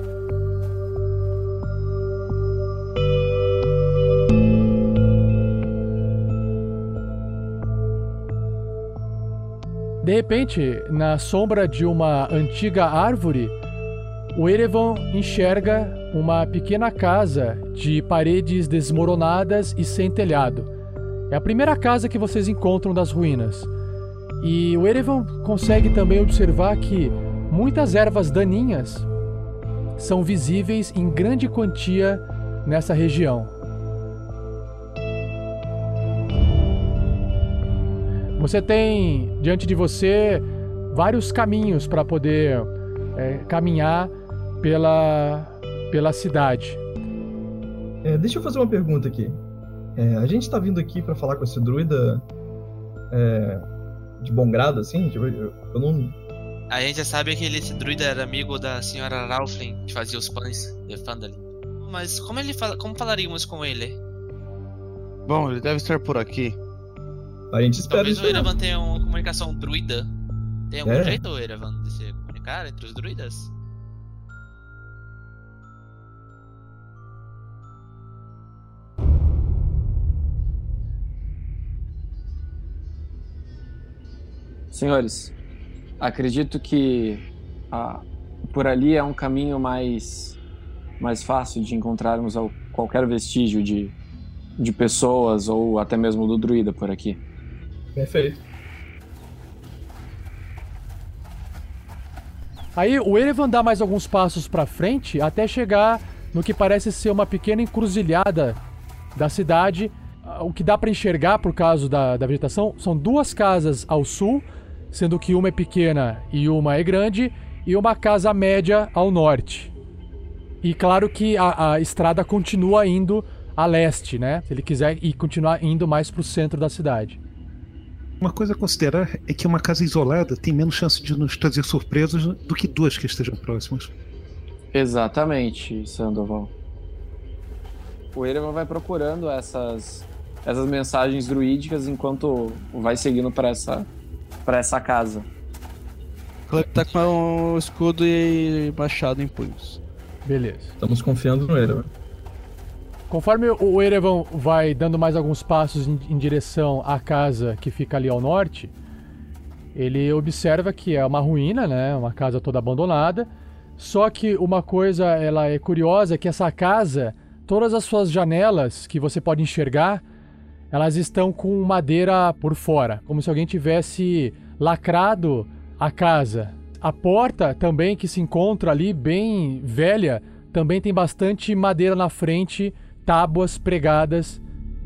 De repente, na sombra de uma antiga árvore, o Erevan enxerga uma pequena casa de paredes desmoronadas e sem telhado. É a primeira casa que vocês encontram das ruínas. E o Erevan consegue também observar que muitas ervas daninhas são visíveis em grande quantia nessa região. Você tem diante de você vários caminhos para poder caminhar pela cidade. Deixa eu fazer uma pergunta aqui. A gente tá vindo aqui para falar com esse druida de bom grado, assim? Tipo, eu não... A gente já sabe que esse druida era amigo da senhora Rauflin, que fazia os pães de Phandalin. Mas como falaríamos com ele? Bom, ele deve estar por aqui. A gente espera. Talvez o Erevan tenha uma comunicação druida. Tem algum jeito, Erevan, de se comunicar entre os druidas? Senhores, acredito que por ali é um caminho mais fácil de encontrarmos qualquer vestígio de pessoas ou até mesmo do druida por aqui. Perfeito. Aí o Erevan dá mais alguns passos para frente até chegar no que parece ser uma pequena encruzilhada da cidade. O que dá para enxergar por causa da vegetação são duas casas ao sul, sendo que uma é pequena e uma é grande, e uma casa média ao norte. E claro que a estrada continua indo a leste, né? Se ele quiser continuar indo mais para o centro da cidade. Uma coisa a considerar é que uma casa isolada tem menos chance de nos trazer surpresas do que duas que estejam próximas. Exatamente, Sandoval. O Erevan vai procurando essas mensagens druídicas enquanto vai seguindo para essa casa. Clank tá com o escudo e machado em punhos. Beleza. Estamos confiando no Erevan. Conforme o Erevan vai dando mais alguns passos em direção à casa que fica ali ao norte, ele observa que é uma ruína, né? Uma casa toda abandonada. Só que uma coisa ela é curiosa, é que essa casa, todas as suas janelas que você pode enxergar, elas estão com madeira por fora, como se alguém tivesse lacrado a casa. A porta também que se encontra ali, bem velha, também tem bastante madeira na frente, tábuas pregadas.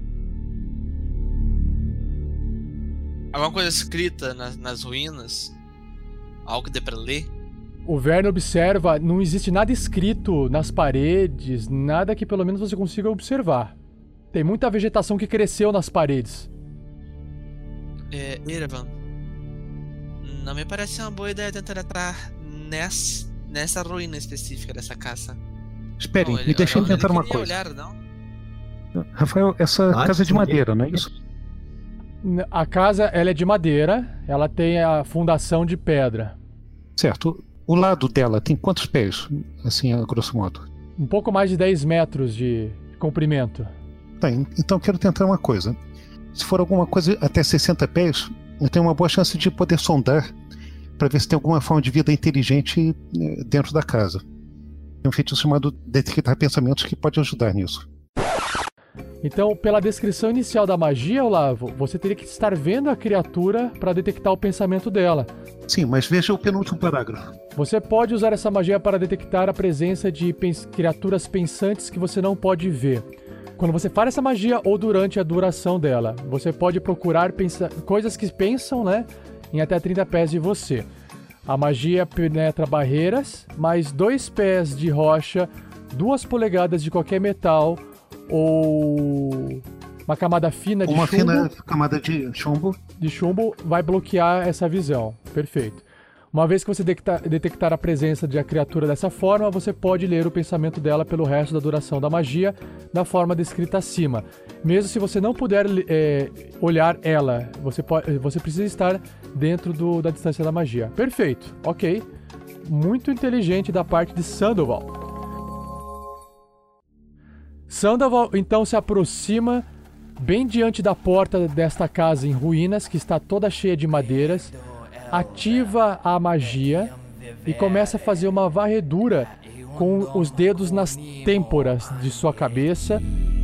Alguma coisa escrita nas ruínas? Algo que dê pra ler? O Verne observa, não existe nada escrito nas paredes, nada que pelo menos você consiga observar. Tem muita vegetação que cresceu nas paredes. Erevan, não me parece uma boa ideia tentar entrar nessa ruína específica dessa casa. Esperem, me deixem tentar uma coisa. Olhar, não? Rafael, essa casa é de madeira, não é isso? A casa, ela é de madeira, ela tem a fundação de pedra. Certo. O lado dela tem quantos pés, assim, a grosso modo? Um pouco mais de 10 metros de comprimento. Tá, então eu quero tentar uma coisa. Se for alguma coisa até 60 pés, eu tenho uma boa chance de poder sondar para ver se tem alguma forma de vida inteligente dentro da casa. Tem um feitiço chamado Detectar Pensamentos que pode ajudar nisso. Então, pela descrição inicial da magia, Olavo, você teria que estar vendo a criatura para detectar o pensamento dela. Sim, mas veja o penúltimo parágrafo. Você pode usar essa magia para detectar a presença de criaturas pensantes que você não pode ver. Quando você faz essa magia ou durante a duração dela, você pode procurar coisas que pensam, né, em até 30 pés de você. A magia penetra barreiras, mais 2 pés de rocha, 2 polegadas de qualquer metal ou uma camada fina de chumbo. Uma fina camada de chumbo. De chumbo vai bloquear essa visão. Perfeito. Uma vez que você detectar a presença de a criatura dessa forma, você pode ler o pensamento dela pelo resto da duração da magia, da forma descrita acima. Mesmo se você não puder olhar ela, você precisa estar dentro da distância da magia. Perfeito. Ok. Muito inteligente da parte de Sandoval. Sandoval então se aproxima bem diante da porta desta casa em ruínas, que está toda cheia de madeiras, ativa a magia e começa a fazer uma varredura com os dedos nas têmporas de sua cabeça.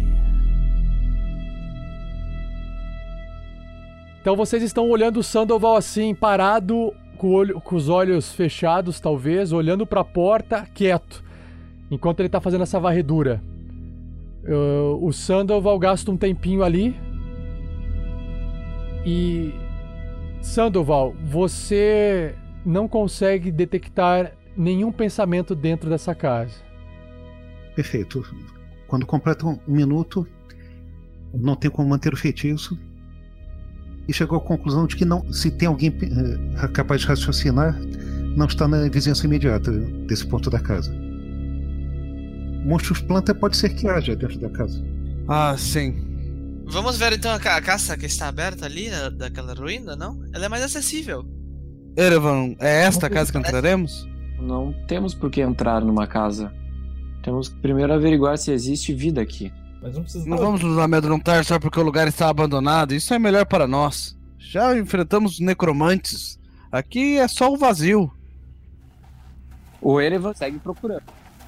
Então vocês estão olhando o Sandoval assim, parado, com os olhos fechados talvez, olhando para a porta, quieto, enquanto ele está fazendo essa varredura. O Sandoval gasta um tempinho ali. E Sandoval, você não consegue detectar nenhum pensamento dentro dessa casa. Perfeito. Quando completa um minuto, não tem como manter o feitiço. E chegou à conclusão de que não, se tem alguém capaz de raciocinar, não está na vizinhança imediata desse ponto da casa. Monstros planta pode ser que haja dentro da casa. Ah, sim. Vamos ver então a casa que está aberta ali, daquela ruína, não? Ela é mais acessível. Erevan, é esta casa que entraremos? Não temos por que entrar numa casa. Temos que primeiro averiguar se existe vida aqui. Mas não vamos nos amedrontar só porque o lugar está abandonado. Isso é melhor para nós. Já enfrentamos necromantes. Aqui é só o vazio. O Erevan segue procurando.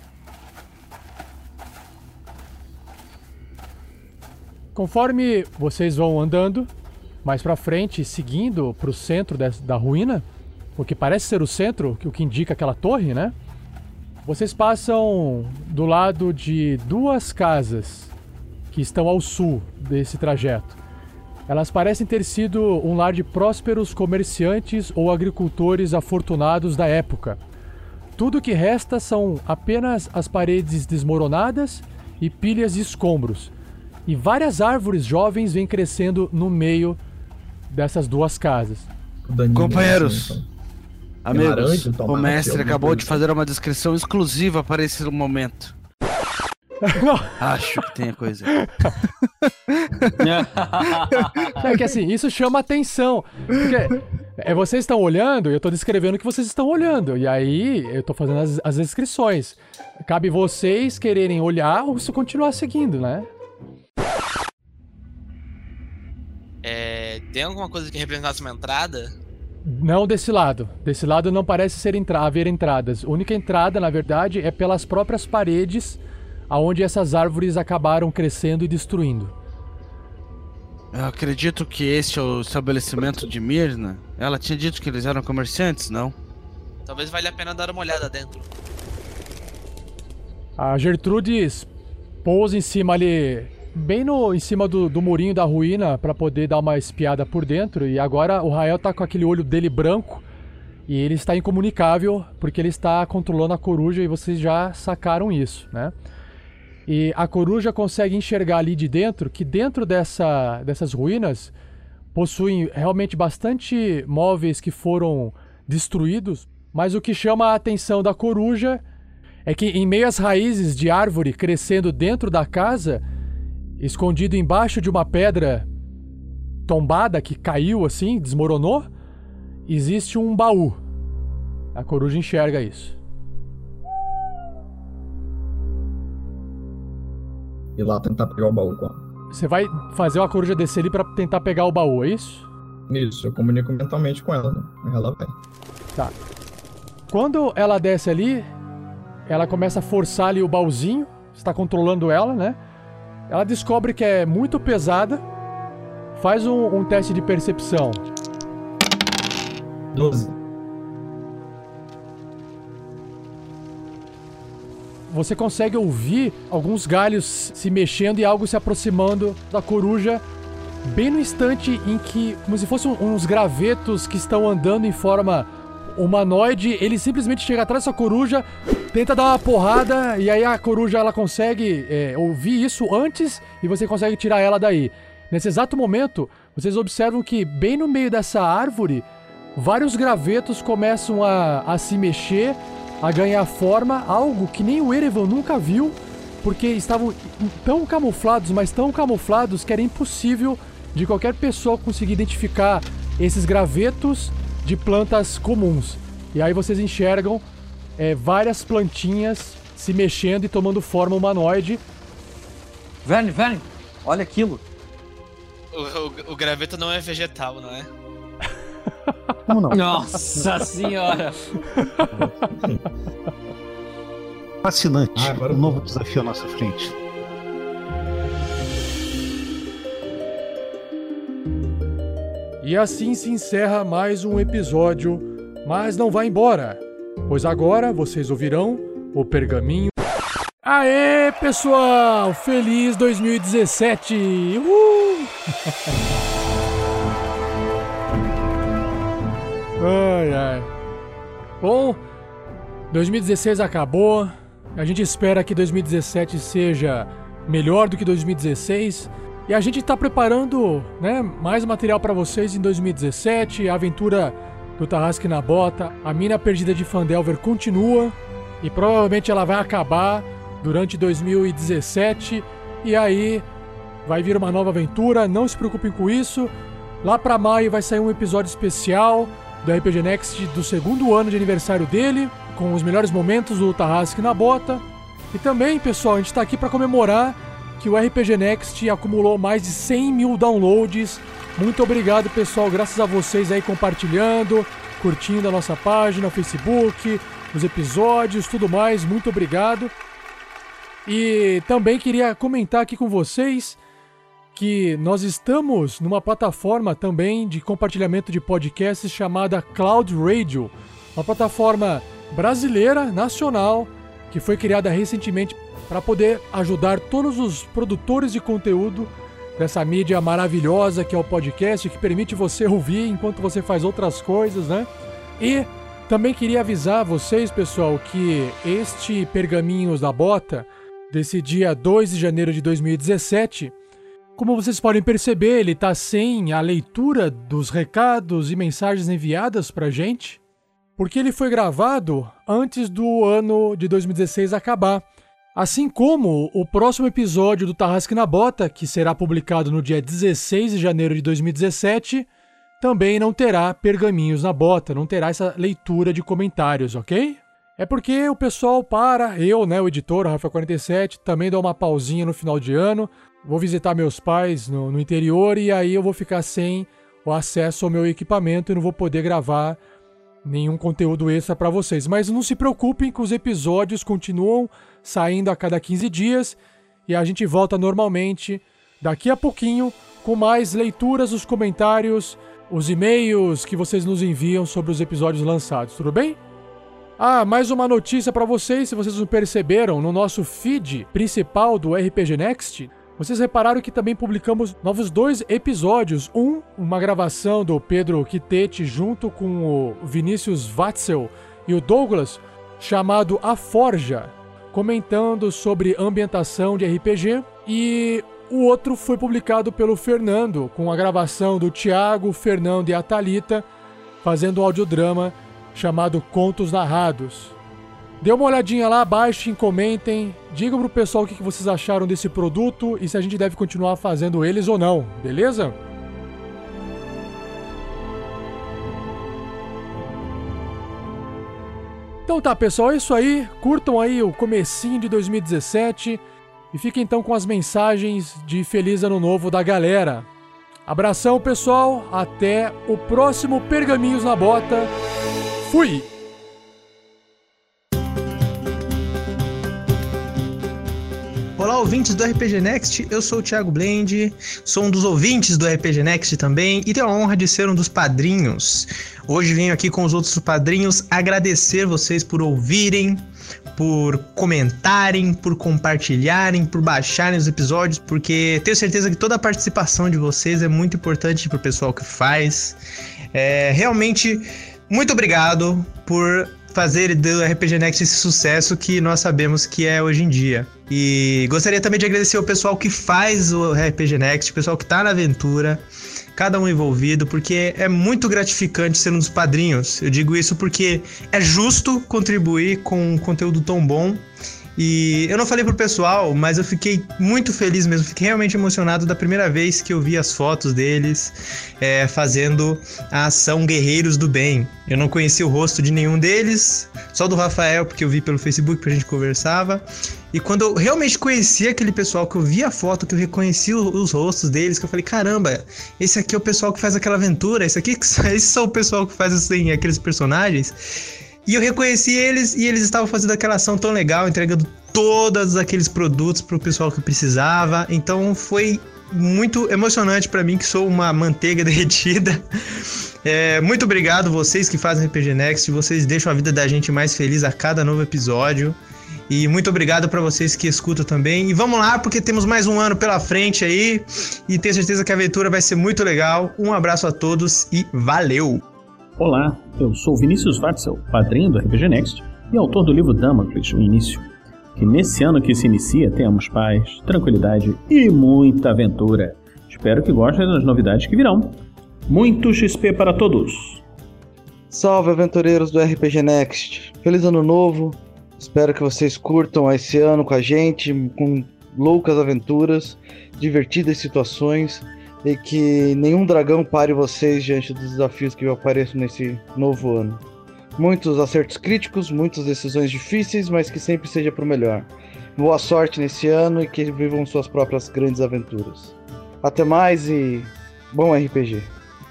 Conforme vocês vão andando mais pra frente, seguindo pro centro da ruína, o que parece ser o centro, o que indica aquela torre, né? Vocês passam do lado de 2 casas que estão ao sul desse trajeto. Elas parecem ter sido um lar de prósperos comerciantes ou agricultores afortunados da época. Tudo que resta são apenas as paredes desmoronadas e pilhas de escombros. E várias árvores jovens vêm crescendo no meio dessas 2 casas. Companheiros, amigos, o mestre acabou de fazer uma descrição exclusiva para esse momento. Acho que tem a coisa. É que assim, isso chama atenção. Porque Vocês estão olhando e eu tô descrevendo o que vocês estão olhando. E aí eu tô fazendo as descrições. Cabe vocês quererem olhar ou se continuar seguindo, né? Tem alguma coisa que representasse uma entrada? Não desse lado. Desse lado não parece haver entradas. A única entrada, na verdade, é pelas próprias paredes aonde essas árvores acabaram crescendo e destruindo. Eu acredito que este é o estabelecimento de Myrna. Ela tinha dito que eles eram comerciantes, não? Talvez valha a pena dar uma olhada dentro. A Gertrudes pousa em cima ali, bem em cima do murinho da ruína, pra poder dar uma espiada por dentro. E agora o Rael tá com aquele olho dele branco e ele está incomunicável porque ele está controlando a coruja e vocês já sacaram isso, né? E a coruja consegue enxergar ali de dentro que dentro dessas ruínas possuem realmente bastante móveis que foram destruídos, mas o que chama a atenção da coruja é que em meio às raízes de árvore crescendo dentro da casa, escondido embaixo de uma pedra tombada que caiu assim, desmoronou, existe um baú. A coruja enxerga isso. Ir lá tentar pegar o baú com ela. Você vai fazer uma coruja descer ali pra tentar pegar o baú, é isso? Isso, eu comunico mentalmente com ela, né? Ela vai. Tá. Quando ela desce ali, ela começa a forçar ali o baúzinho. Você tá controlando ela, né? Ela descobre que é muito pesada. Faz um teste de percepção. 12. Você consegue ouvir alguns galhos se mexendo e algo se aproximando da coruja bem no instante em que, como se fossem uns gravetos que estão andando em forma humanoide, ele simplesmente chega atrás dessa coruja, tenta dar uma porrada e aí a coruja ela consegue ouvir isso antes e você consegue tirar ela daí. Nesse exato momento, vocês observam que bem no meio dessa árvore, vários gravetos começam a se mexer, a ganhar forma, algo que nem o Erevan nunca viu, porque estavam tão camuflados, mas tão camuflados que era impossível de qualquer pessoa conseguir identificar esses gravetos de plantas comuns. E aí vocês enxergam várias plantinhas se mexendo e tomando forma humanoide. Verne, olha aquilo. O graveto não é vegetal, não é? Como não? Nossa senhora! Fascinante. Um novo desafio à nossa frente. E assim se encerra mais um episódio, mas não vá embora, pois agora vocês ouvirão o pergaminho. Aê, pessoal! Feliz 2017! Ai, ai. Bom, 2016 acabou. A gente espera que 2017 seja melhor do que 2016. E a gente tá preparando, né, mais material pra vocês em 2017. A aventura do Tarrasque na Bota, a mina perdida de Phandelver continua. E provavelmente ela vai acabar durante 2017. E aí vai vir uma nova aventura, não se preocupem com isso. Lá pra maio vai sair um episódio especial do RPG Next do 2º ano de aniversário dele, com os melhores momentos do Tarrasque na Bota. E também, pessoal, a gente tá aqui pra comemorar que o RPG Next acumulou mais de 100 mil downloads. Muito obrigado, pessoal, graças a vocês aí compartilhando, curtindo a nossa página, o Facebook, os episódios, tudo mais, muito obrigado. E também queria comentar aqui com vocês que nós estamos numa plataforma também de compartilhamento de podcasts chamada Cloud Radio, uma plataforma brasileira, nacional, que foi criada recentemente para poder ajudar todos os produtores de conteúdo dessa mídia maravilhosa que é o podcast, que permite você ouvir enquanto você faz outras coisas, né? E também queria avisar vocês, pessoal, que este Pergaminhos da Bota, desse dia 2 de janeiro de 2017, como vocês podem perceber, ele tá sem a leitura dos recados e mensagens enviadas pra gente, porque ele foi gravado antes do ano de 2016 acabar. Assim como o próximo episódio do Tarrasque na Bota, que será publicado no dia 16 de janeiro de 2017, também não terá pergaminhos na bota, não terá essa leitura de comentários, ok? É porque o pessoal eu, né, o editor, o Rafael47, também dou uma pausinha no final de ano, vou visitar meus pais no interior e aí eu vou ficar sem o acesso ao meu equipamento e não vou poder gravar nenhum conteúdo extra para vocês. Mas não se preocupem que os episódios continuam saindo a cada 15 dias e a gente volta normalmente daqui a pouquinho com mais leituras dos comentários, os e-mails que vocês nos enviam sobre os episódios lançados, tudo bem? Ah, mais uma notícia para vocês, se vocês não perceberam, no nosso feed principal do RPG Next, vocês repararam que também publicamos novos 2 episódios. Uma gravação do Pedro Quitete junto com o Vinícius Watzel e o Douglas, chamado A Forja, comentando sobre ambientação de RPG. E o outro foi publicado pelo Fernando, com a gravação do Thiago, Fernando e a Thalita, fazendo um audiodrama chamado Contos Narrados. Dê uma olhadinha lá, baixem, comentem, digam pro pessoal o que vocês acharam desse produto e se a gente deve continuar fazendo eles ou não, beleza? Então tá, pessoal, é isso aí. Curtam aí o comecinho de 2017 e fiquem então com as mensagens de Feliz Ano Novo da galera. Abração, pessoal. Até o próximo Pergaminhos na Bota. Fui! Olá, ouvintes do RPG Next, eu sou o Thiago Blend, sou um dos ouvintes do RPG Next também e tenho a honra de ser um dos padrinhos. Hoje venho aqui com os outros padrinhos agradecer vocês por ouvirem, por comentarem, por compartilharem, por baixarem os episódios, porque tenho certeza que toda a participação de vocês é muito importante para o pessoal que faz. Realmente, muito obrigado por fazer do RPG Next esse sucesso que nós sabemos que é hoje em dia. E gostaria também de agradecer o pessoal que faz o RPG Next, o pessoal que tá na aventura, cada um envolvido, porque é muito gratificante ser um dos padrinhos. Eu digo isso porque é justo contribuir com um conteúdo tão bom. E eu não falei pro pessoal, mas eu fiquei muito feliz mesmo, fiquei realmente emocionado da primeira vez que eu vi as fotos deles fazendo a ação Guerreiros do Bem. Eu não conhecia o rosto de nenhum deles, só do Rafael, porque eu vi pelo Facebook, que a gente conversava. E quando eu realmente conheci aquele pessoal, que eu vi a foto, que eu reconheci os rostos deles, que eu falei, caramba, esse aqui é o pessoal que faz aquela aventura, esse são o pessoal que faz assim, aqueles personagens. E eu reconheci eles e eles estavam fazendo aquela ação tão legal, entregando todos aqueles produtos para o pessoal que precisava. Então foi muito emocionante para mim, que sou uma manteiga derretida. Muito obrigado vocês que fazem RPG Next, vocês deixam a vida da gente mais feliz a cada novo episódio. E muito obrigado para vocês que escutam também. E vamos lá, porque temos mais um ano pela frente aí. E tenho certeza que a aventura vai ser muito legal. Um abraço a todos e valeu! Olá, eu sou Vinícius Watzel, padrinho do RPG Next e autor do livro Damocles, o Início. Que nesse ano que se inicia tenhamos paz, tranquilidade e muita aventura. Espero que gostem das novidades que virão. Muito XP para todos! Salve, aventureiros do RPG Next! Feliz Ano Novo! Espero que vocês curtam esse ano com a gente, com loucas aventuras, divertidas situações, e que nenhum dragão pare vocês diante dos desafios que apareçam nesse novo ano. Muitos acertos críticos, muitas decisões difíceis, mas que sempre seja para o melhor. Boa sorte nesse ano e que vivam suas próprias grandes aventuras. Até mais e bom RPG.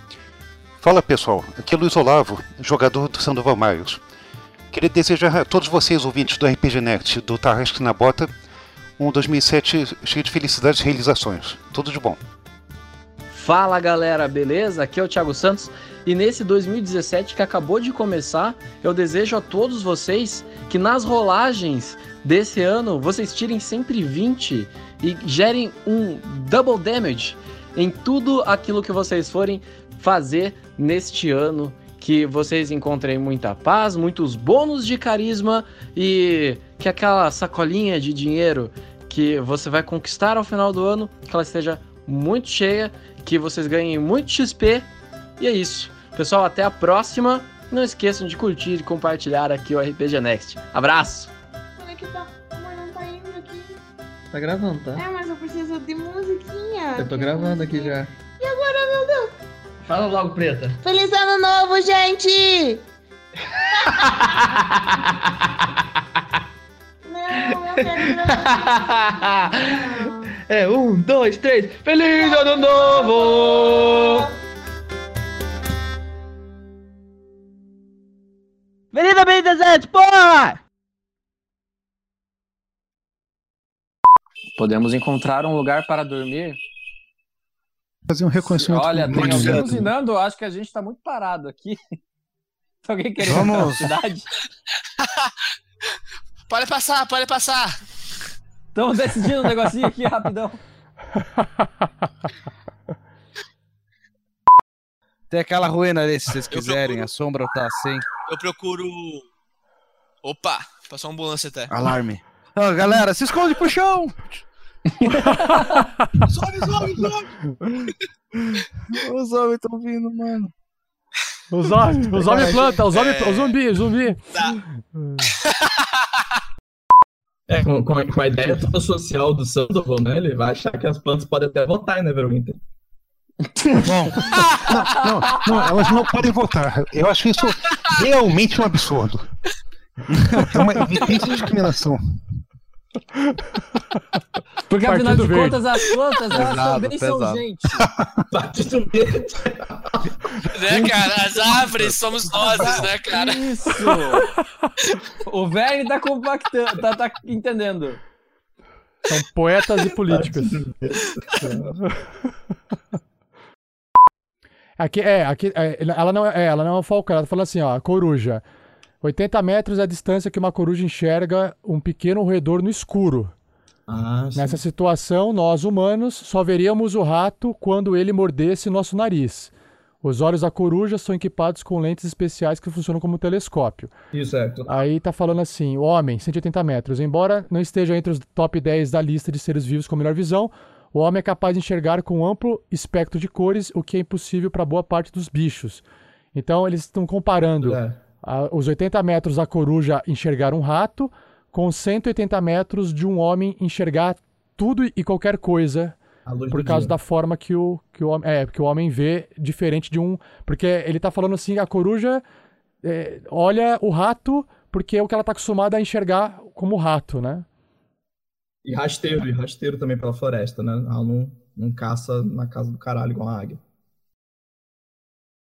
Fala pessoal, aqui é Luiz Olavo, jogador do Sandoval Miles. Queria desejar a todos vocês, ouvintes do RPG Next, do Tarrasque na Bota, um 2007 cheio de felicidades e realizações. Tudo de bom. Fala galera, beleza? Aqui é o Thiago Santos e nesse 2017 que acabou de começar, eu desejo a todos vocês que nas rolagens desse ano vocês tirem sempre 20 e gerem um double damage em tudo aquilo que vocês forem fazer neste ano, que vocês encontrem muita paz, muitos bônus de carisma e que aquela sacolinha de dinheiro que você vai conquistar ao final do ano, que ela esteja muito cheia, que vocês ganhem muito XP, e é isso. Pessoal, até a próxima. Não esqueçam de curtir e compartilhar aqui o RPG Next. Abraço! Olha que tá, amor, não tá indo aqui. Tá gravando, tá? Mas eu preciso de musiquinha. Eu tô gravando aqui já. E agora, meu Deus? Fala logo, Preta. Feliz ano novo, gente! Não, eu quero... É, 1, 2, 3. Feliz ano novo! Avenida Bem Desante, porra! Podemos encontrar um lugar para dormir? Fazer um reconhecimento. Olha, tem alguém completo. buzinando, eu acho que a gente tá muito parado aqui. Se alguém quer ir Vamos. pra cidade? Pode passar. Estamos decidindo um negocinho aqui, rapidão. Tem aquela ruína ali, se vocês quiserem. A sombra tá sem. Eu procuro... Opa, passou uma ambulância até. Alarme. Ó, galera, se esconde pro chão! Sobe! Os homens estão vindo, mano. Os homens plantam, os zumbi. Tá. Com a ideia toda social do Sandoval, né? Ele vai achar que as plantas podem até votar, né, Neverwinter? Não, elas não podem votar. Eu acho isso realmente um absurdo. É uma evidente discriminação. Porque afinal Partido de Verde. contas, as plantas, elas também são pesado. gente. Partido Verde. Né, cara? As árvores somos nós, né, cara? Isso! O Verne tá compactando, tá entendendo. São poetas e políticos. Aqui, ela não é uma falcão, ela tá falando assim, ó, a coruja. 80 metros é a distância que uma coruja enxerga um pequeno roedor no escuro. Nessa situação, nós humanos só veríamos o rato quando ele mordesse nosso nariz. Os olhos da coruja são equipados com lentes especiais que funcionam como telescópio. Isso é. Aí tá falando assim, o homem, 180 metros. Embora não esteja entre os top 10 da lista de seres vivos com melhor visão, o homem é capaz de enxergar com amplo espectro de cores, o que é impossível para boa parte dos bichos. Então eles estão comparando os 80 metros da coruja enxergar um rato com 180 metros de um homem enxergar tudo e qualquer coisa por causa da forma que o homem vê diferente de um... Porque ele tá falando assim, a coruja olha o rato porque é o que ela tá acostumada a enxergar como rato, né? E rasteiro também pela floresta, né? Ela não caça na casa do caralho igual a águia.